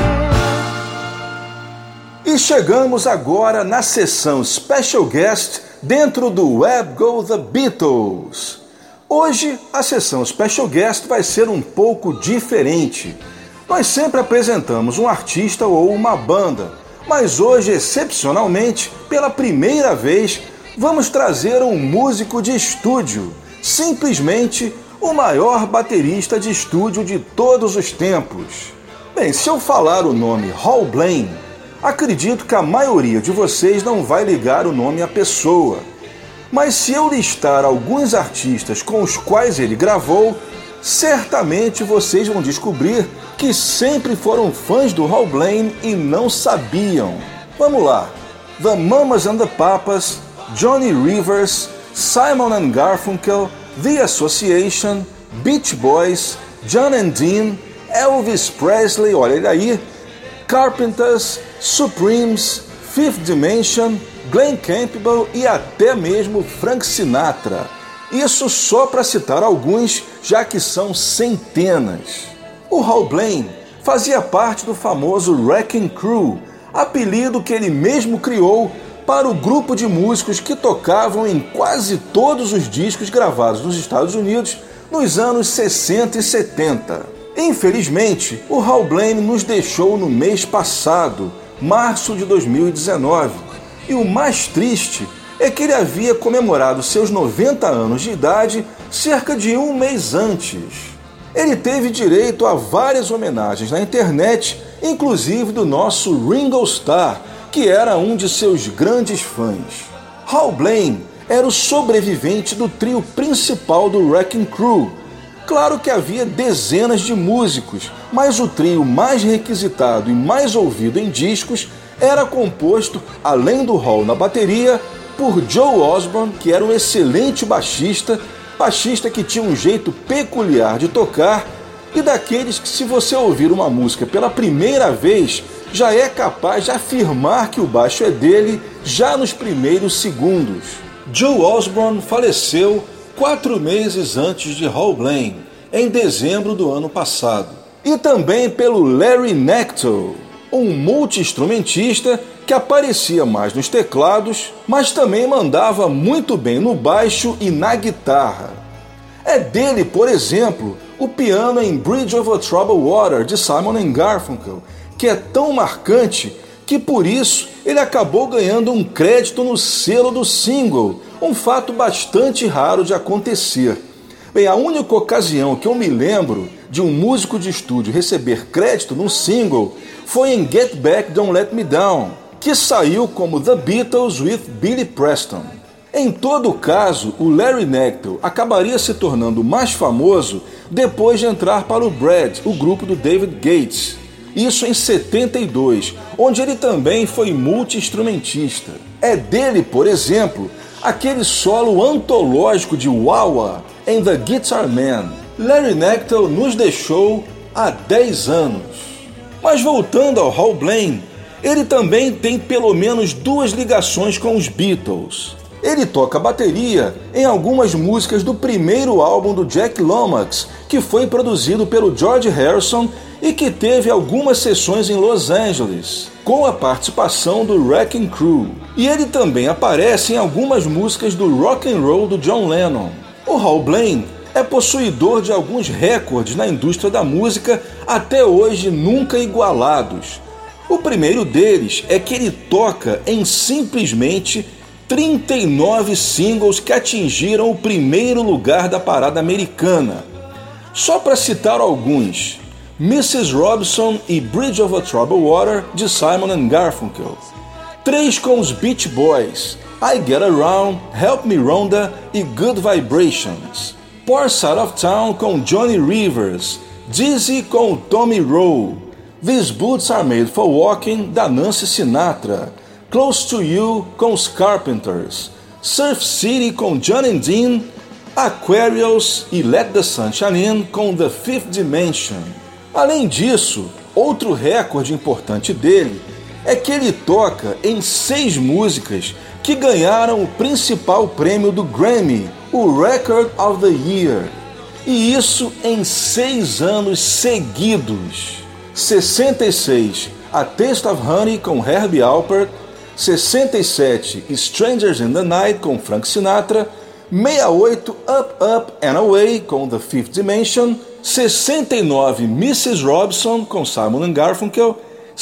E chegamos agora na sessão Special Guest dentro do Web Go The Beatles. Hoje, a sessão Special Guest vai ser um pouco diferente. Nós sempre apresentamos um artista ou uma banda, mas hoje, excepcionalmente, pela primeira vez, vamos trazer um músico de estúdio, simplesmente o maior baterista de estúdio de todos os tempos. Bem, se eu falar o nome Hal Blaine, acredito que a maioria de vocês não vai ligar o nome à pessoa. Mas se eu listar alguns artistas com os quais ele gravou, certamente vocês vão descobrir que sempre foram fãs do Hal Blaine e não sabiam. Vamos lá: The Mamas and the Papas, Johnny Rivers, Simon and Garfunkel, The Association, Beach Boys, John and Dean, Elvis Presley, olha ele aí, Carpenters, Supremes, Fifth Dimension, Glenn Campbell e até mesmo Frank Sinatra. Isso só para citar alguns, já que são centenas. O Hal Blaine fazia parte do famoso Wrecking Crew, apelido que ele mesmo criou para o grupo de músicos que tocavam em quase todos os discos gravados nos Estados Unidos nos anos sessenta e setenta. Infelizmente, o Hal Blaine nos deixou no mês passado, março de dois mil e dezenove. E o mais triste é que ele havia comemorado seus noventa anos de idade cerca de um mês antes. Ele teve direito a várias homenagens na internet, inclusive do nosso Ringo Starr, que era um de seus grandes fãs. Hal Blaine era o sobrevivente do trio principal do Wrecking Crew. Claro que havia dezenas de músicos, mas o trio mais requisitado e mais ouvido em discos era composto, além do Hall na bateria, por Joe Osborne, que era um excelente baixista, baixista que tinha um jeito peculiar de tocar e daqueles que, se você ouvir uma música pela primeira vez, já é capaz de afirmar que o baixo é dele já nos primeiros segundos. Joe Osborne faleceu quatro meses antes de Hal Blaine, em dezembro do ano passado. E também pelo Larry Knechtel, um multi-instrumentista que aparecia mais nos teclados, mas também mandava muito bem no baixo e na guitarra. É dele, por exemplo, o piano em Bridge Over Troubled Water, de Simon and Garfunkel, que é tão marcante que por isso ele acabou ganhando um crédito no selo do single, um fato bastante raro de acontecer. Bem, a única ocasião que eu me lembro de um músico de estúdio receber crédito num single foi em Get Back, Don't Let Me Down, que saiu como The Beatles with Billy Preston. Em todo caso, o Larry Knechtel acabaria se tornando mais famoso depois de entrar para o Brad, o grupo do David Gates. Isso em setenta e dois, onde ele também foi multi-instrumentista. É dele, por exemplo, aquele solo antológico de Wah-Wah em The Guitar Man. Larry Knechtel nos deixou há dez anos. Mas voltando ao Hal Blaine, ele também tem pelo menos duas ligações com os Beatles. Ele toca bateria em algumas músicas do primeiro álbum do Jack Lomax, que foi produzido pelo George Harrison e que teve algumas sessões em Los Angeles, com a participação do Wrecking Crew. E ele também aparece em algumas músicas do rock and roll do John Lennon. O Hal Blaine é possuidor de alguns recordes na indústria da música até hoje nunca igualados. O primeiro deles é que ele toca em simplesmente trinta e nove singles que atingiram o primeiro lugar da parada americana. Só para citar alguns: missus Robinson e Bridge Over Troubled Water, de Simon and Garfunkel. Três com os Beach Boys: I Get Around, Help Me Rhonda e Good Vibrations. Poor Side of Town com Johnny Rivers, Dizzy com Tommy Rowe, These Boots Are Made for Walking, da Nancy Sinatra, Close to You com os Carpenters, Surf City com John and Dean, Aquarius e Let the Sun Shine In com The Fifth Dimension. Além disso, outro recorde importante dele é que ele toca em seis músicas que ganharam o principal prêmio do Grammy, o Record of the Year. E isso em seis anos seguidos. sessenta e seis, A Taste of Honey com Herbie Alpert, sessenta e sete, Strangers in the Night com Frank Sinatra, sessenta e oito, Up, Up and Away com The Fifth Dimension, sessenta e nove, missus Robinson com Simon and Garfunkel,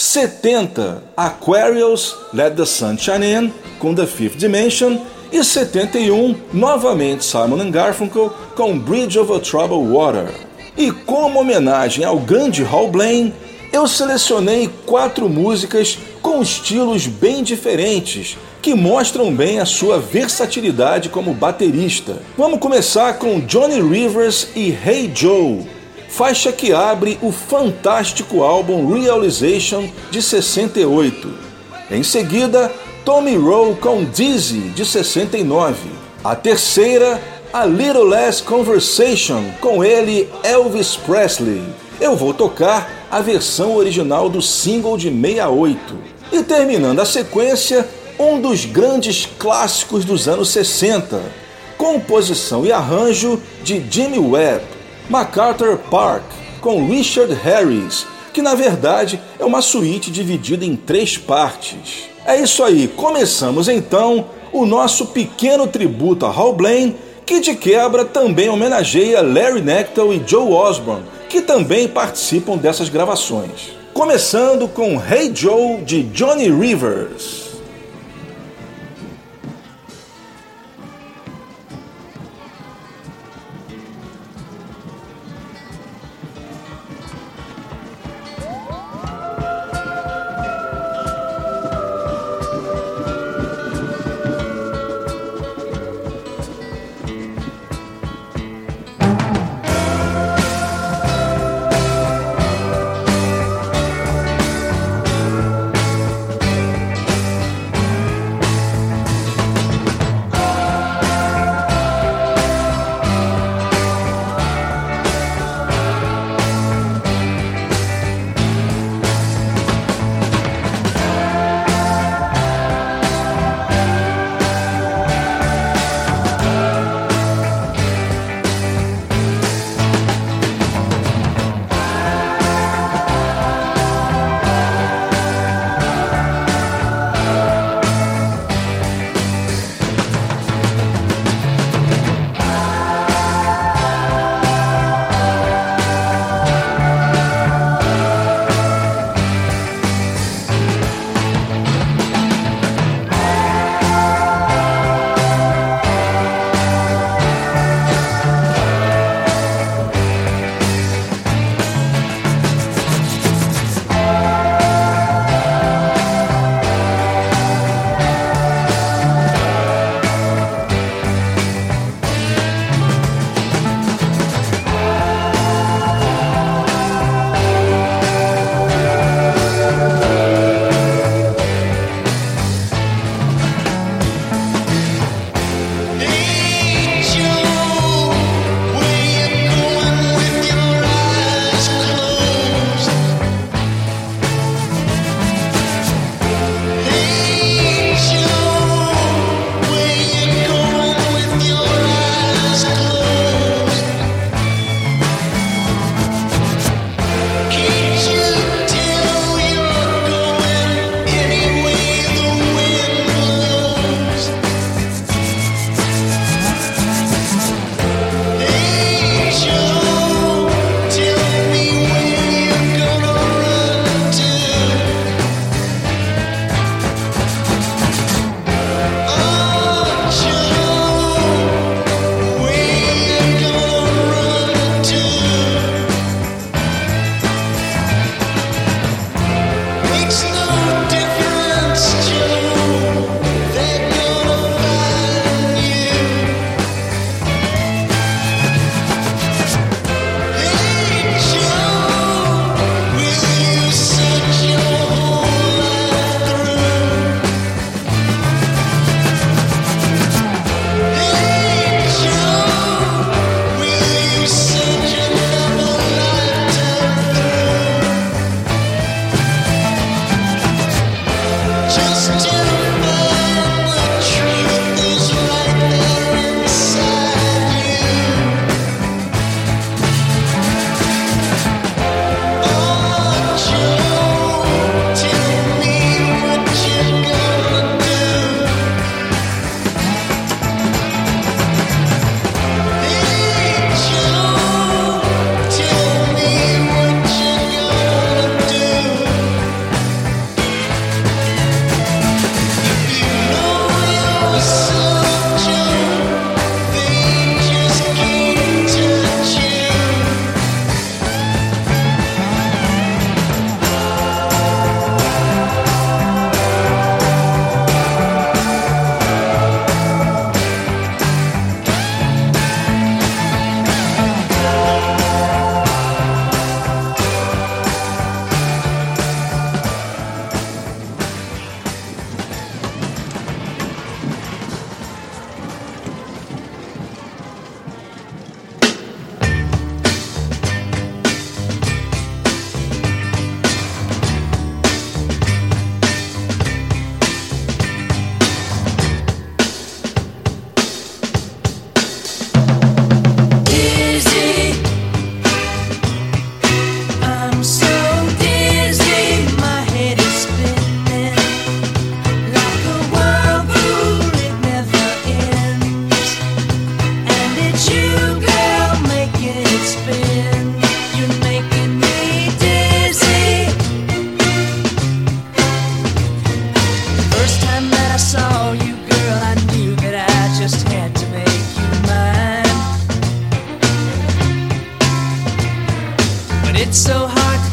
setenta, Aquarius, Let the Sun Shine In com The Fifth Dimension e setenta e um, novamente Simon and Garfunkel com Bridge Over Troubled Water. E como homenagem ao grande Hal Blaine, eu selecionei quatro músicas com estilos bem diferentes, que mostram bem a sua versatilidade como baterista. Vamos começar com Johnny Rivers e Hey Joe, faixa que abre o fantástico álbum Realization de sessenta e oito. Em seguida, Tommy Rowe com Dizzy, de sessenta e nove. A terceira, A Little Less Conversation, com ele, Elvis Presley. Eu vou tocar a versão original do single de sessenta e oito. E terminando a sequência, um dos grandes clássicos dos anos sessenta, composição e arranjo de Jimmy Webb, MacArthur Park, com Richard Harris, que na verdade é uma suíte dividida em três partes. É isso aí, começamos então o nosso pequeno tributo a Hal Blaine, que de quebra também homenageia Larry Knechtel e Joe Osborne, que também participam dessas gravações. Começando com Hey Joe, de Johnny Rivers.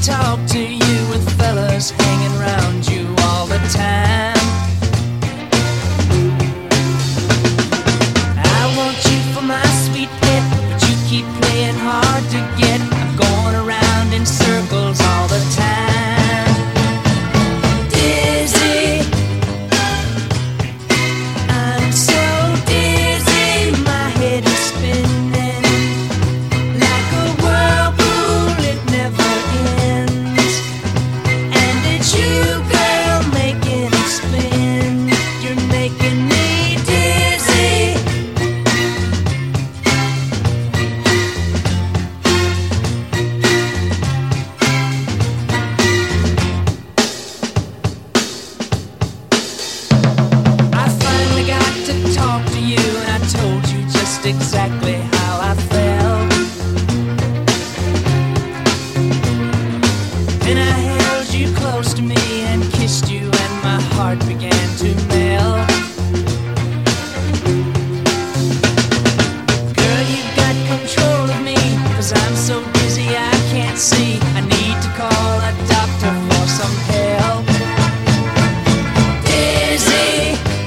talk to you with fellas hanging around you all the time. I want you for my sweet pet, but you keep playing hard to get. I'm going around in circles all the time. Dizzy, I'm so dizzy, my head is spinning like a whirlpool, it never ends. And it's you, girl, making it spin. You're making me dizzy. I finally got to talk to you, and I told you just exactly how I felt. Then I held you close to me and kissed you, and my heart began to melt. Girl, you've got control of me, 'cause I'm so dizzy I can't see. I need to call a doctor for some help. Dizzy,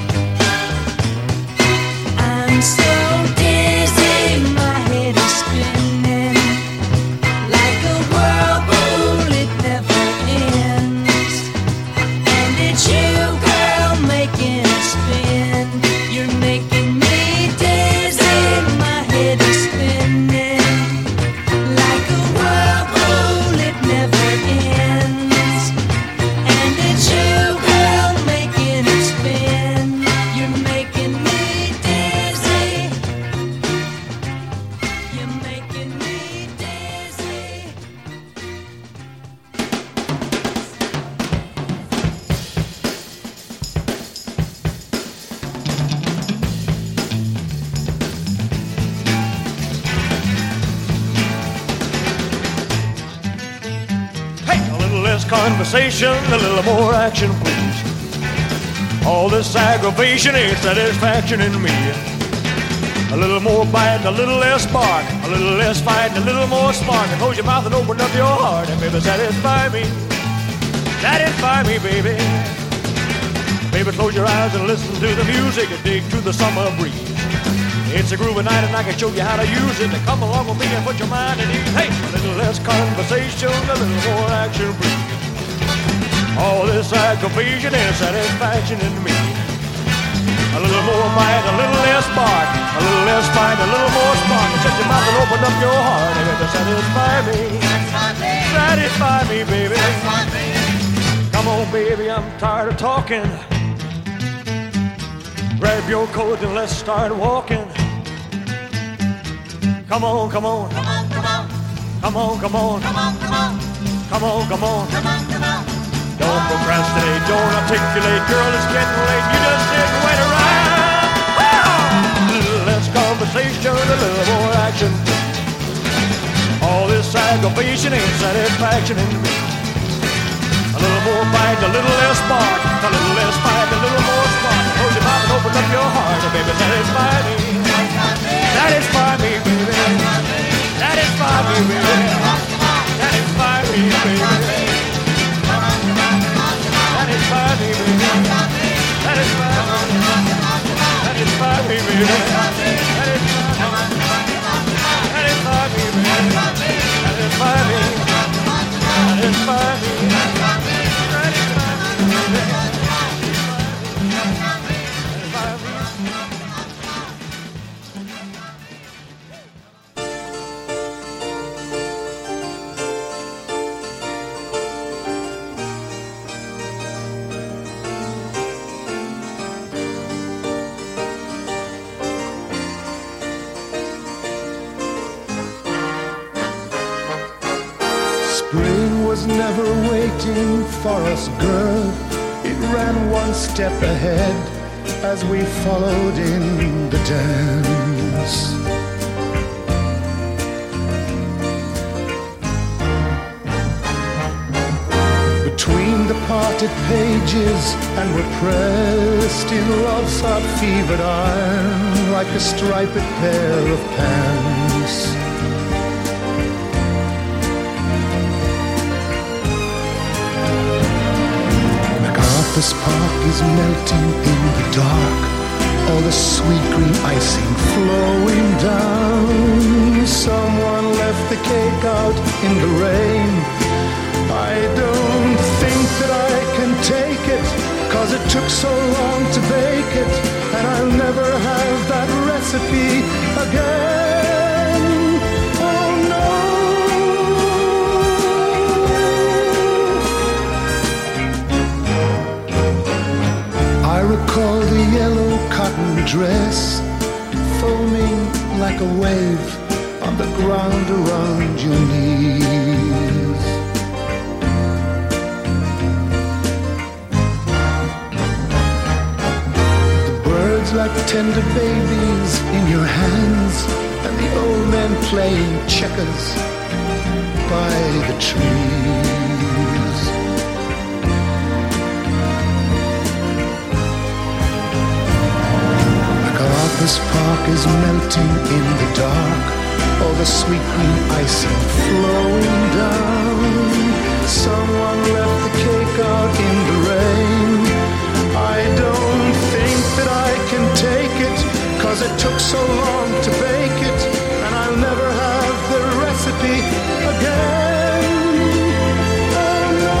I'm so dizzy, my head is spinning like a whirlpool, it never ends. And it's you, girl, making it spin. You're making me dizzy, my head is spinning like a whirlpool, it never ends. And it's you, girl, making it spin. You're making me dizzy. You're making me dizzy.
Hey, a little less conversation, a little more action, please. All this aggravation ain't satisfaction in me. A little more bite, a little less bark, a little less fight, a little more spark. And close your mouth and open up your heart, and baby, satisfy me. Satisfy me, baby. Baby, close your eyes and listen to the music and dig to the summer breeze. It's a groovy night and I can show you how to use it. Now come along with me and put your mind at ease. Hey, a little less conversation, a little more action, please. All this aggravation and satisfaction in me. A little more bite, a little less bark, a little less fight, a little more spark. And shut your mouth and open up your heart and baby, satisfy me. Satisfy me, baby. Come on, baby, I'm tired of talking. Grab your coat and let's start walking. Come on, come on. Come on, come on. Come on, come on. Come on, come on. Come on, come on. Come on, come on. Don't procrastinate, don't articulate, girl, it's getting late. You just sit and wait around. A little less conversation, a little more action. All this aggravation ain't satisfaction in me. A little more bite, a little less bark, a little less fight, a little more spark. Close your mouth and open up your heart, and baby, satisfy me. Satisfy me, baby. Satisfy me, baby. Satisfy me, baby. Satisfy me, baby. Satisfy me. Satisfy me, baby. Satisfy me, baby. Satisfy me. Satisfy me.
Spring was never waiting for us, girl. It ran one step ahead as we followed in the dance. Between the parted pages, and we're pressed in love's hot fevered iron like a striped pair of pants.
Office Park is melting in the dark, all the sweet green icing flowing down. Someone left the cake out in the rain. I don't think that I can take it, 'cause it took so long to bake it, and I'll never have that recipe again. Oh no. I recall the yellow cotton dress foaming like a wave on the ground around your knees. The birds like tender babies in your hands, and the old men playing checkers by the trees. This park is melting in the dark, all the sweet green icing flowing down. Someone left the cake out in the rain. I don't think that I can take it, 'cause it took so long to bake it, and I'll never have the recipe again. Oh no.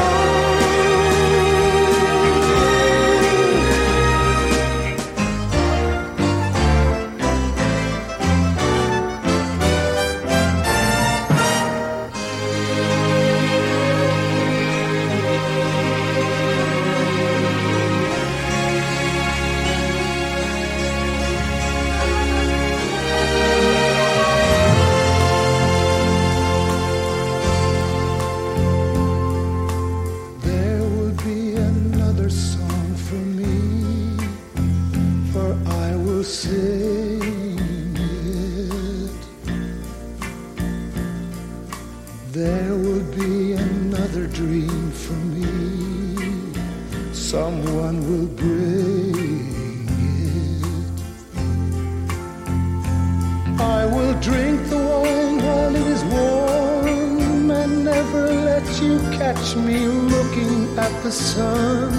There will be another dream for me. Someone will bring it. I will drink the wine while it is warm, and never let you catch me looking at the sun.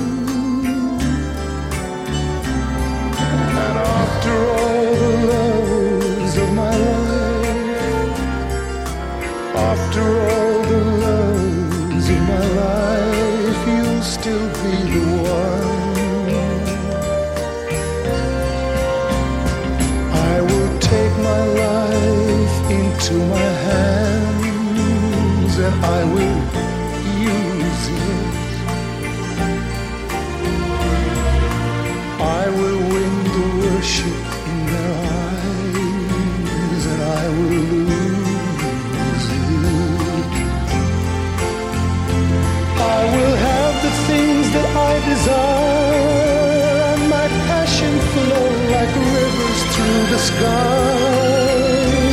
And after all the loves of my life, after all the loves of my life, you'll still be the one. I will take my life into my hands, and I will use it. I will win the worship in their eyes, and I will lose it. I will have the things that I desire, and my passion flow like rivers through the sky.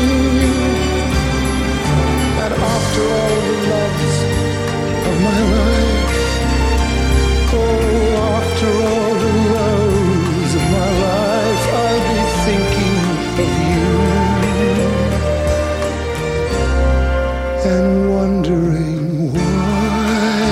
And after all the loves of my life, oh, after all the loves of my life, I'll be thinking of you and wondering why.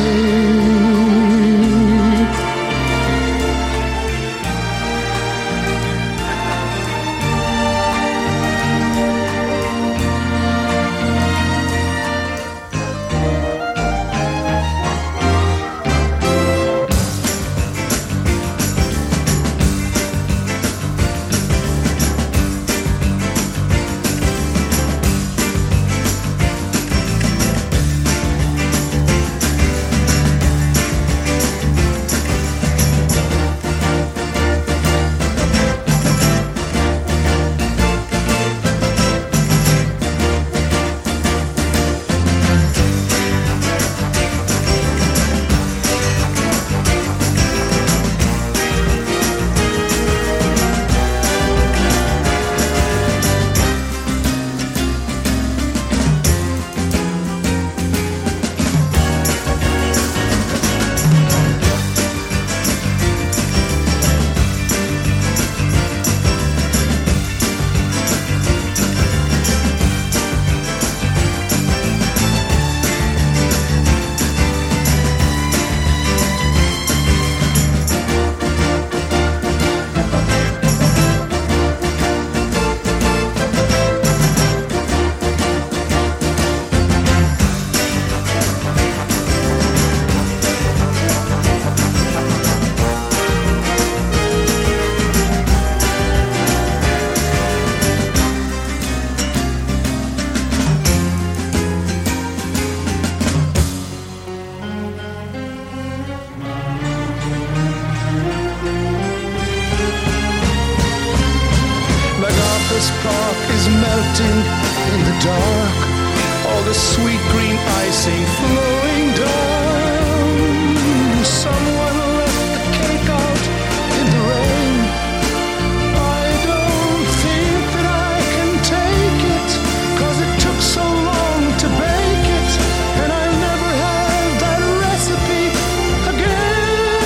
dark, all the sweet green icing flowing down. Someone left the cake out in the rain. I don't think that I can take it, 'cause it took so long to bake it, and I'll never have that recipe again.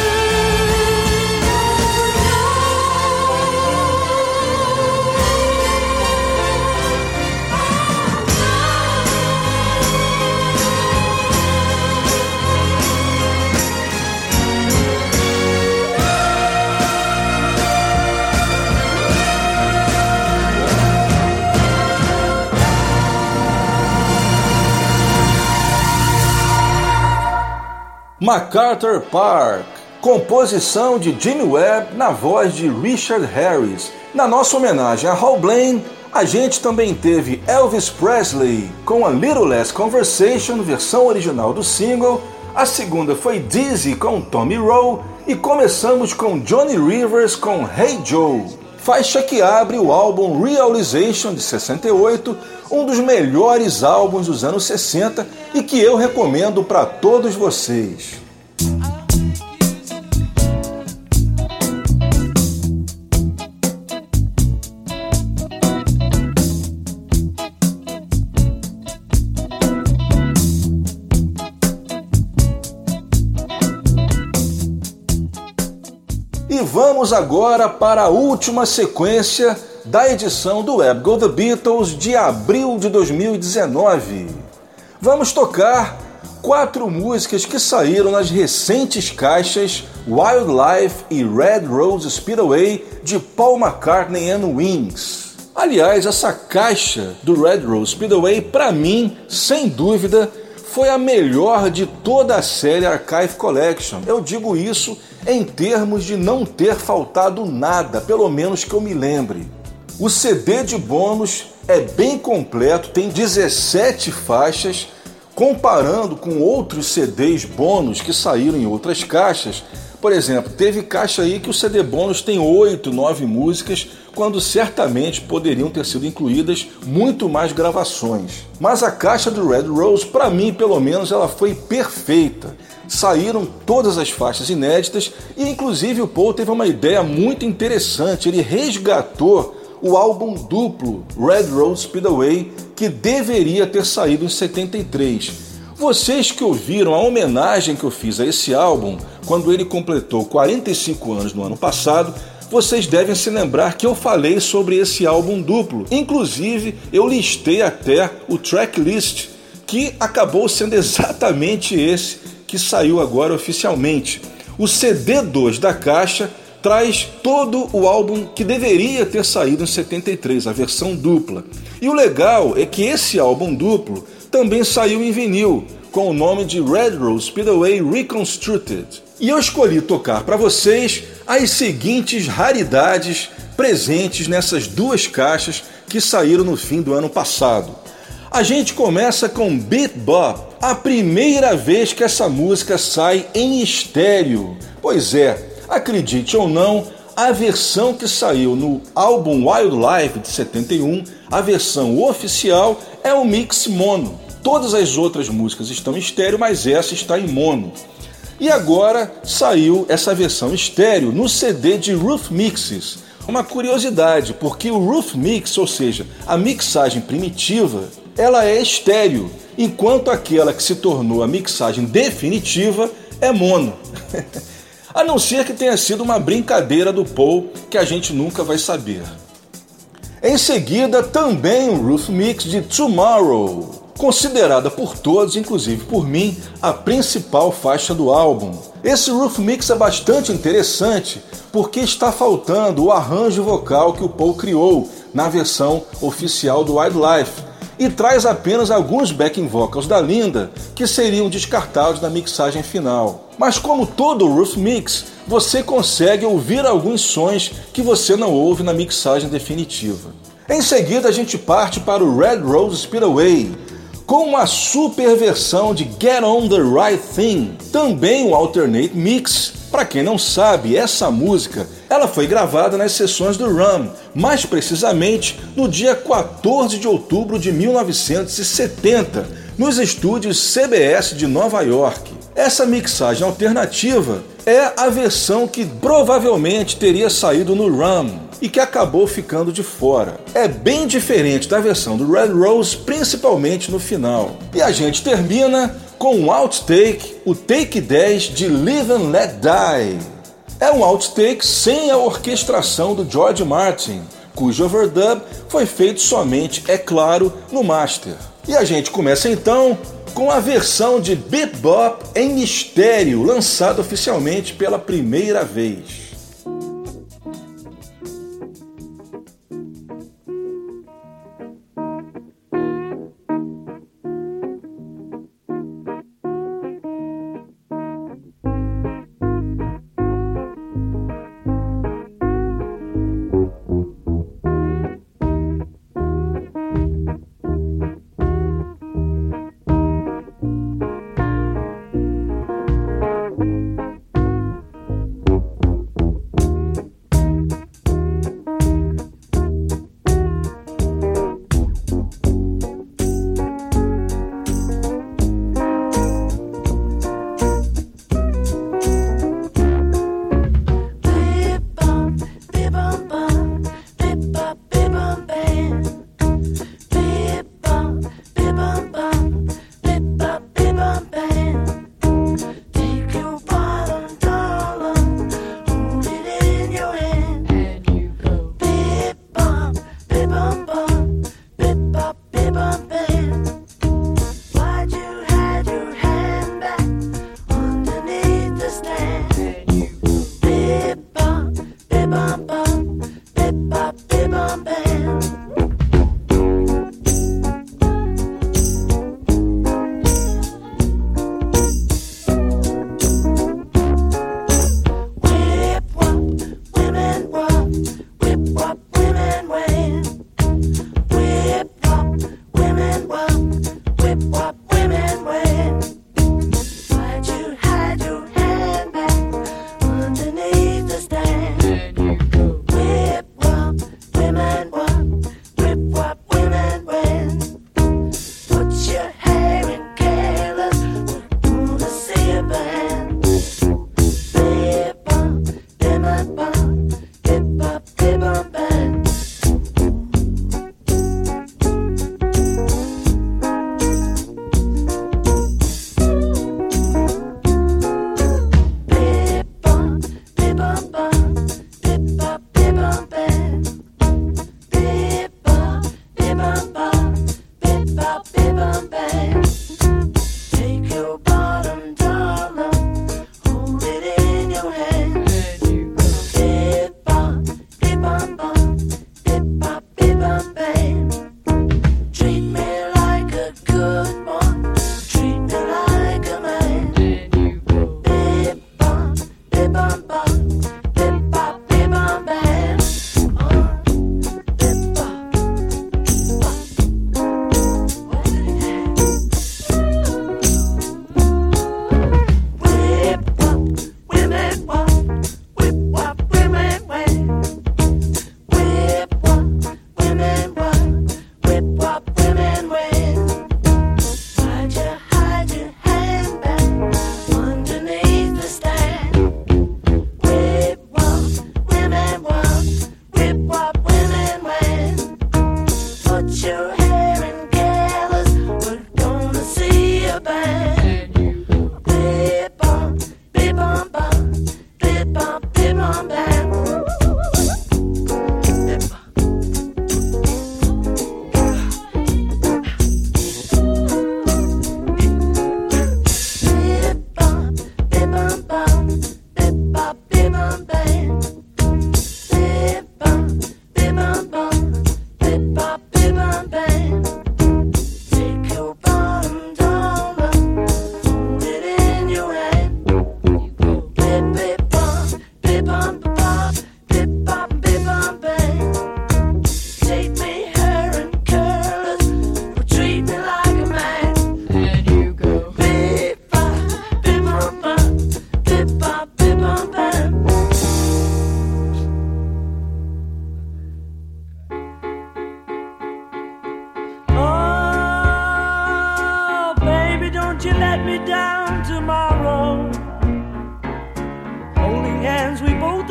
MacArthur Park, composição de Jimmy Webb na voz de Richard Harris. Na nossa homenagem a Hal Blaine, a gente também teve Elvis Presley com A Little Less Conversation, versão original do single. A segunda foi Dizzy com Tommy Roe e começamos com Johnny Rivers com Hey Joe, faixa que abre o álbum Realization de sessenta e oito, um dos melhores álbuns dos anos sessenta e que eu recomendo para todos vocês. E vamos agora para a última sequência da edição do Web Go The Beatles de abril de dois mil e dezenove. Vamos tocar quatro músicas que saíram nas recentes caixas Wildlife e Red Rose Speedway de Paul McCartney and Wings. Aliás, essa caixa do Red Rose Speedway, para mim, sem dúvida, foi a melhor de toda a série Archive Collection. Eu digo isso em termos de não ter faltado nada, pelo menos que eu me lembre. O C D de bônus é bem completo, tem dezessete faixas, comparando com outros C Ds bônus que saíram em outras caixas. Por exemplo, teve caixa aí que o C D bônus tem oito, nove músicas, quando certamente poderiam ter sido incluídas muito mais gravações. Mas a caixa do Red Rose, para mim pelo menos, ela foi perfeita. Saíram todas as faixas inéditas e inclusive o Paul teve uma ideia muito interessante, ele resgatou o álbum duplo Red Rose Speedway, que deveria ter saído em setenta e três. Vocês que ouviram a homenagem que eu fiz a esse álbum, quando ele completou quarenta e cinco anos no ano passado, vocês devem se lembrar que eu falei sobre esse álbum duplo. Inclusive, eu listei até o tracklist, que acabou sendo exatamente esse que saiu agora oficialmente. O C D dois da caixa traz todo o álbum que deveria ter saído em setenta e três, a versão dupla. E o legal é que esse álbum duplo também saiu em vinil, com o nome de Red Rose Speedway Reconstructed. E eu escolhi tocar para vocês as seguintes raridades presentes nessas duas caixas que saíram no fim do ano passado. A gente começa com Beat Bop, a primeira vez que essa música sai em estéreo. Pois é, acredite ou não, a versão que saiu no álbum Wildlife de setenta e um, a versão oficial, é o mix mono. Todas as outras músicas estão em estéreo, mas essa está em mono. E agora saiu essa versão estéreo no C D de Roof Mixes. Uma curiosidade, porque o Roof Mix, ou seja, a mixagem primitiva, ela é estéreo, enquanto aquela que se tornou a mixagem definitiva é mono. A não ser que tenha sido uma brincadeira do Paul, que a gente nunca vai saber. Em seguida, também um Roof Mix de Tomorrow, considerada por todos, inclusive por mim, a principal faixa do álbum. Esse Roof Mix é bastante interessante porque está faltando o arranjo vocal que o Paul criou na versão oficial do Wildlife e traz apenas alguns backing vocals da Linda que seriam descartados na mixagem final. Mas como todo Roof Mix, você consegue ouvir alguns sons que você não ouve na mixagem definitiva. Em seguida a gente parte para o Red Rose Speedway, com uma super versão de Get On The Right Thing, também um alternate mix, Para quem não sabe, essa música ela foi gravada nas sessões do Ram, mais precisamente no dia quatorze de outubro de mil novecentos e setenta, nos estúdios C B S de Nova York. Essa mixagem alternativa é a versão que provavelmente teria saído no Ram e que acabou ficando de fora. É bem diferente da versão do Red Rose, principalmente no final. E a gente termina com um outtake, o take dez de Live and Let Die. É um outtake sem a orquestração do George Martin, cujo overdub foi feito somente, é claro, no master. E a gente começa então com a versão de Bebop Bop em estéreo, lançada oficialmente pela primeira vez.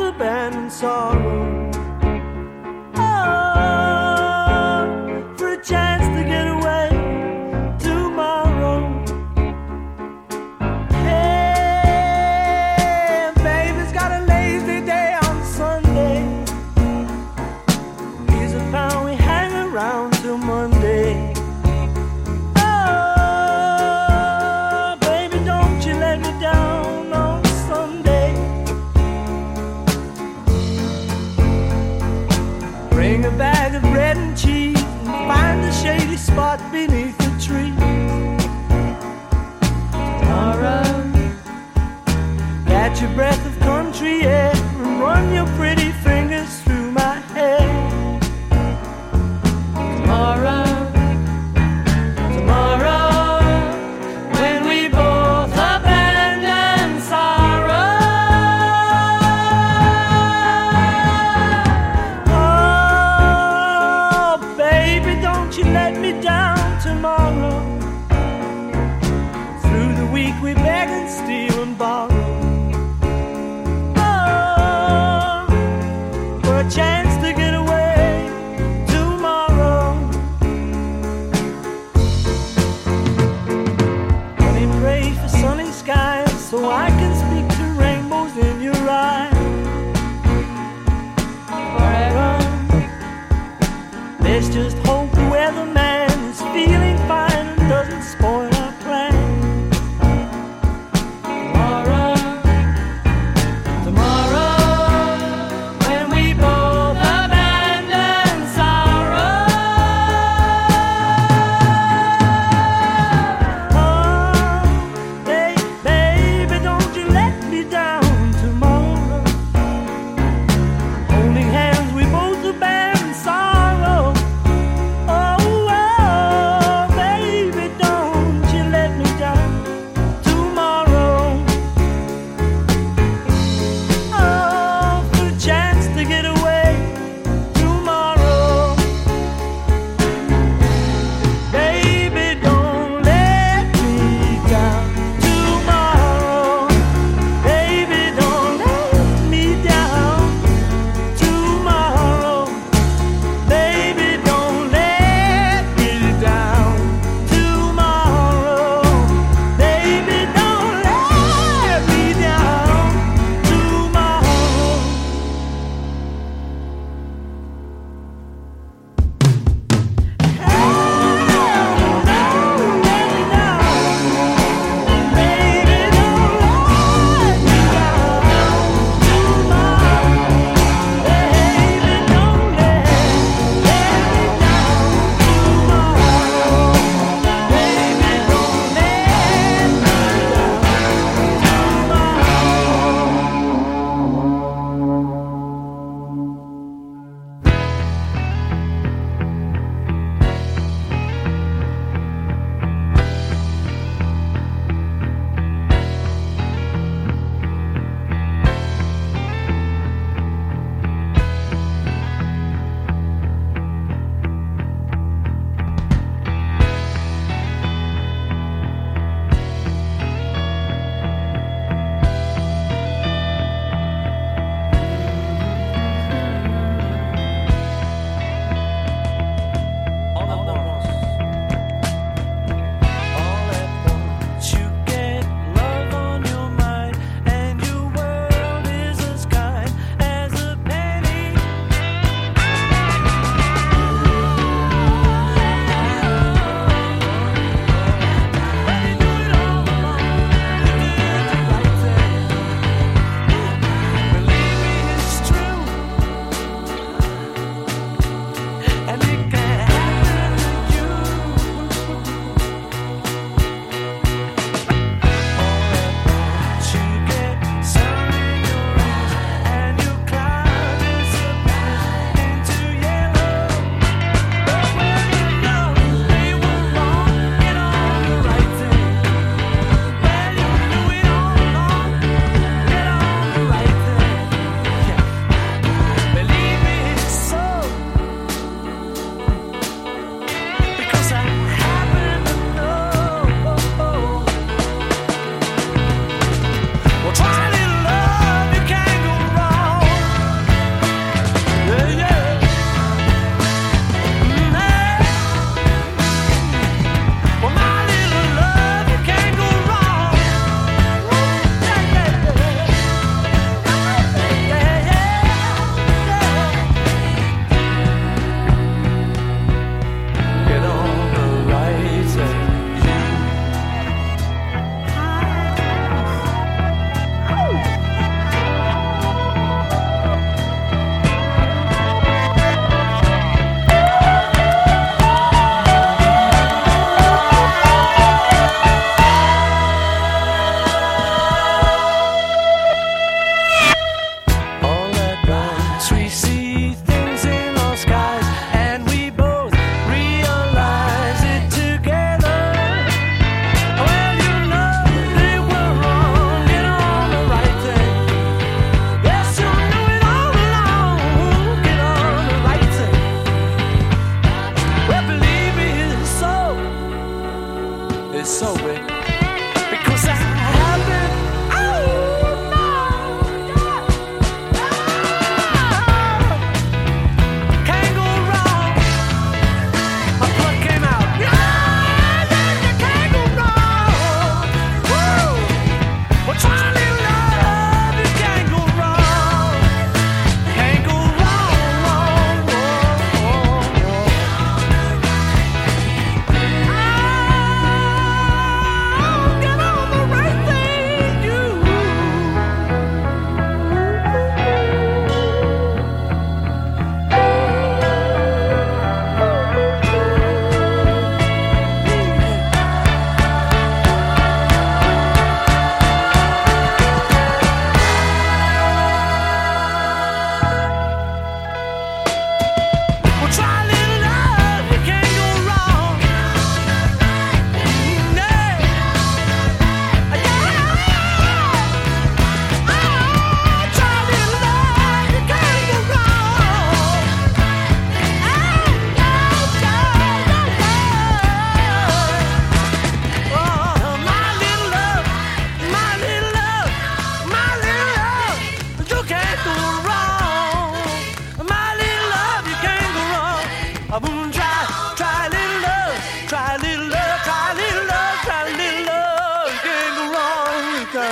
abandon sorrow. Oh, for a chance to get away tomorrow. Hey, baby's got a lazy day on Sunday. He's a pound we hang around till Monday. Bring a bag of bread and cheese and find a shady spot beneath the tree. Tomorrow, catch a breath of country air and run your pretty fingers through my hair. Tomorrow, tomorrow, when we both abandon sorrow. Let me down tomorrow. Through the week we beg and steal and borrow. Oh, for a chance to get away tomorrow. Honey, pray for sunny skies so I can speak to rainbows in your eyes. Forever, there's just hope. The weatherman is feeling fine and doesn't spoil our plan. Tomorrow, tomorrow, when we both abandon sorrow. Oh, hey, baby, don't you let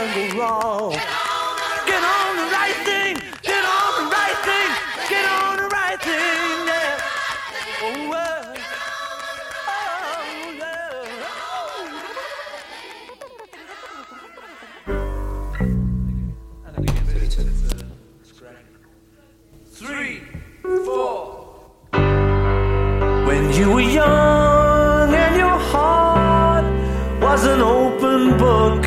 time goes wrong. Get on the right thing, get on the right thing, get on the right thing, yeah. Oh, well. Three, four. When you were young and your heart was an open book,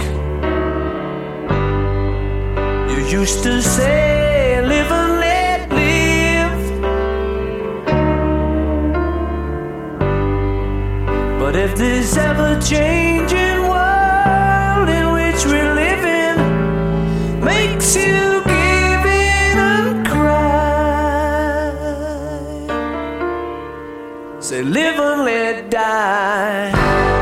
you used to say, live and let live. But if this ever-changing world in which we're living makes you give in and cry, say live and let die.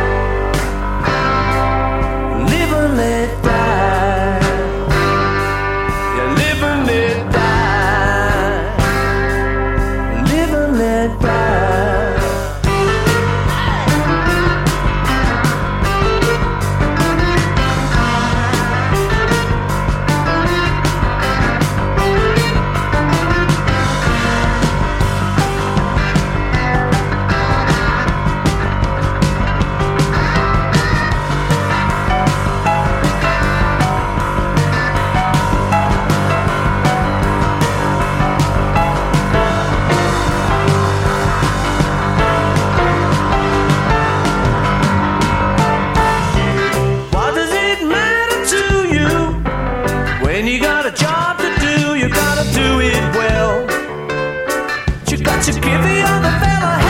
Live and let die. Yeah, live and let die. Live and let die. What does it matter to you? When you got a job to do, you gotta do it well. You got to give the other fella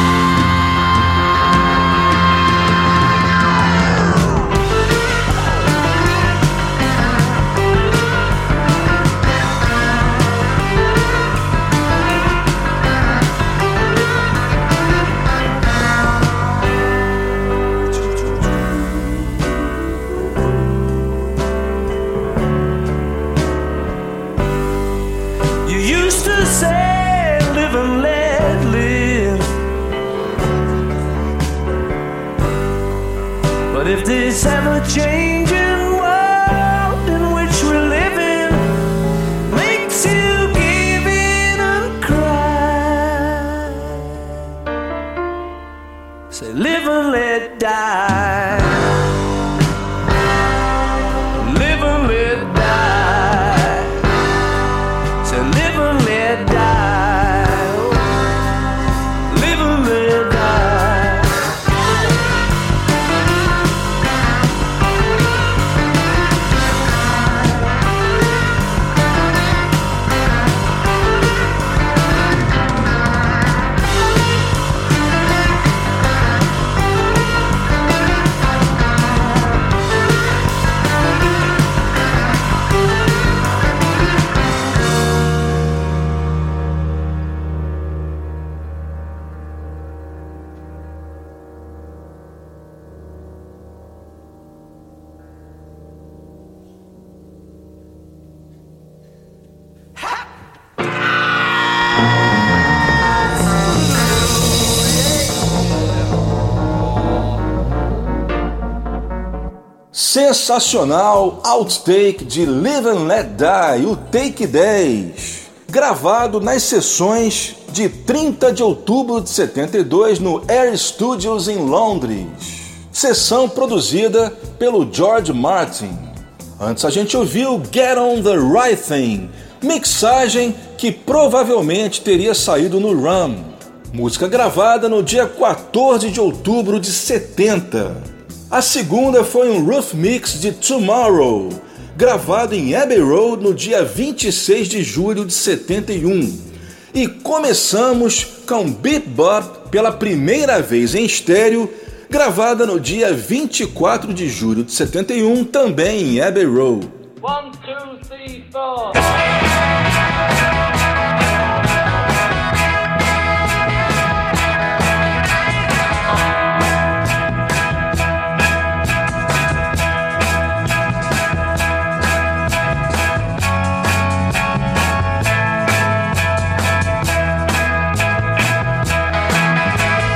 You used to say, live and let live. But if this ever-changing world in which we're living makes you give in and cry, say live and let die. Live and let die. Say live and let die. Live and let die.
Sensacional outtake de Live and Let Die, o Take dez, gravado nas sessões de trinta de outubro de setenta e dois no Air Studios em Londres, sessão produzida pelo George Martin. Antes a gente ouviu Get On The Right Thing, mixagem que provavelmente teria saído no Rum, música gravada no dia quatorze de outubro de setenta. A segunda foi um Rough Mix de Tomorrow, gravado em Abbey Road no dia vinte e seis de julho de setenta e um. E começamos com Beat Bop pela primeira vez em estéreo, gravada no dia vinte e quatro de julho de setenta e um, também em Abbey Road.
One, two, three, four.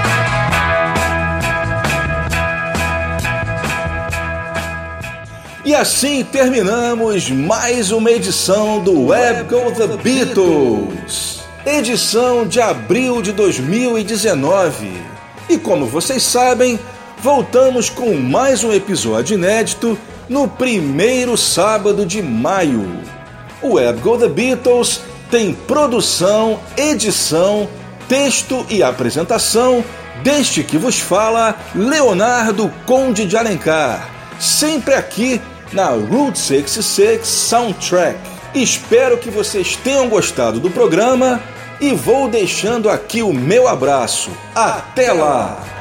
E assim terminamos mais uma edição do Web Go The Beatles, edição de abril de dois mil e dezenove. E como vocês sabem, voltamos com mais um episódio inédito no primeiro sábado de maio. O Web Go The Beatles tem produção, edição, texto e apresentação deste que vos fala, Leonardo Conde de Alencar, sempre aqui na Route sessenta e seis Soundtrack. Espero que vocês tenham gostado do programa e vou deixando aqui o meu abraço. Até lá!